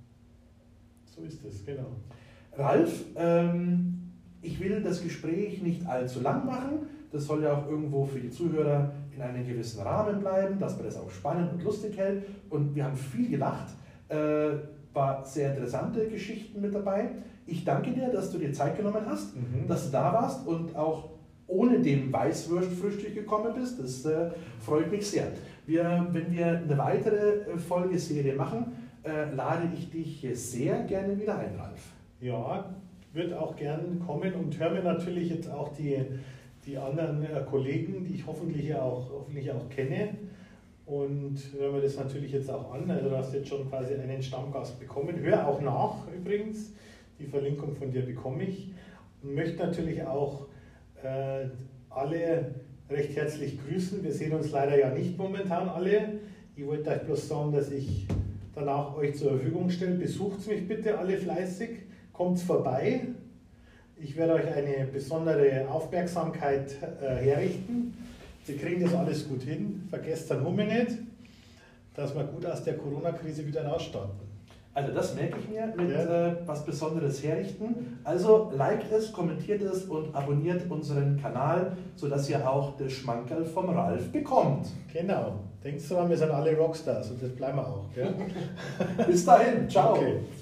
[SPEAKER 2] so ist es, genau.
[SPEAKER 1] Ralf, ähm, ich will das Gespräch nicht allzu lang machen. Das soll ja auch irgendwo für die Zuhörer in einem gewissen Rahmen bleiben, dass man das auch spannend und lustig hält. Und wir haben viel gelacht, äh, war sehr interessante Geschichten mit dabei. Ich danke dir, dass du dir Zeit genommen hast, mhm. dass du da warst und auch ohne dem Weißwurstfrühstück gekommen bist. Das äh, freut mich sehr. Wir, wenn wir eine weitere Folgeserie machen, äh, lade ich dich sehr gerne wieder ein, Ralf.
[SPEAKER 2] Ja, wird auch gern kommen und höre mir natürlich jetzt auch die die anderen äh, Kollegen, die ich hoffentlich auch, hoffentlich auch kenne. Und hören wir das natürlich jetzt auch an. Also du hast jetzt schon quasi einen Stammgast bekommen. Hör auch nach übrigens. Die Verlinkung von dir bekomme ich. Und möchte natürlich auch äh, alle recht herzlich grüßen. Wir sehen uns leider ja nicht momentan alle. Ich wollte euch bloß sagen, dass ich danach euch zur Verfügung stelle. Besucht mich bitte alle fleißig. Kommt vorbei. Ich werde euch eine besondere Aufmerksamkeit äh, herrichten. Wir kriegen das alles gut hin. Vergesst dann Hummel nicht, dass wir gut aus der Corona-Krise wieder rausstarten.
[SPEAKER 1] Also das merke ich mir mit
[SPEAKER 2] ja.
[SPEAKER 1] äh, was Besonderes herrichten. Also liked es, kommentiert es und abonniert unseren Kanal, sodass ihr auch das Schmankerl vom Ralf bekommt.
[SPEAKER 2] Genau. Denkt dran, wir sind alle Rockstars und das bleiben wir auch. Gell?
[SPEAKER 1] Bis dahin. Ciao.
[SPEAKER 2] Okay.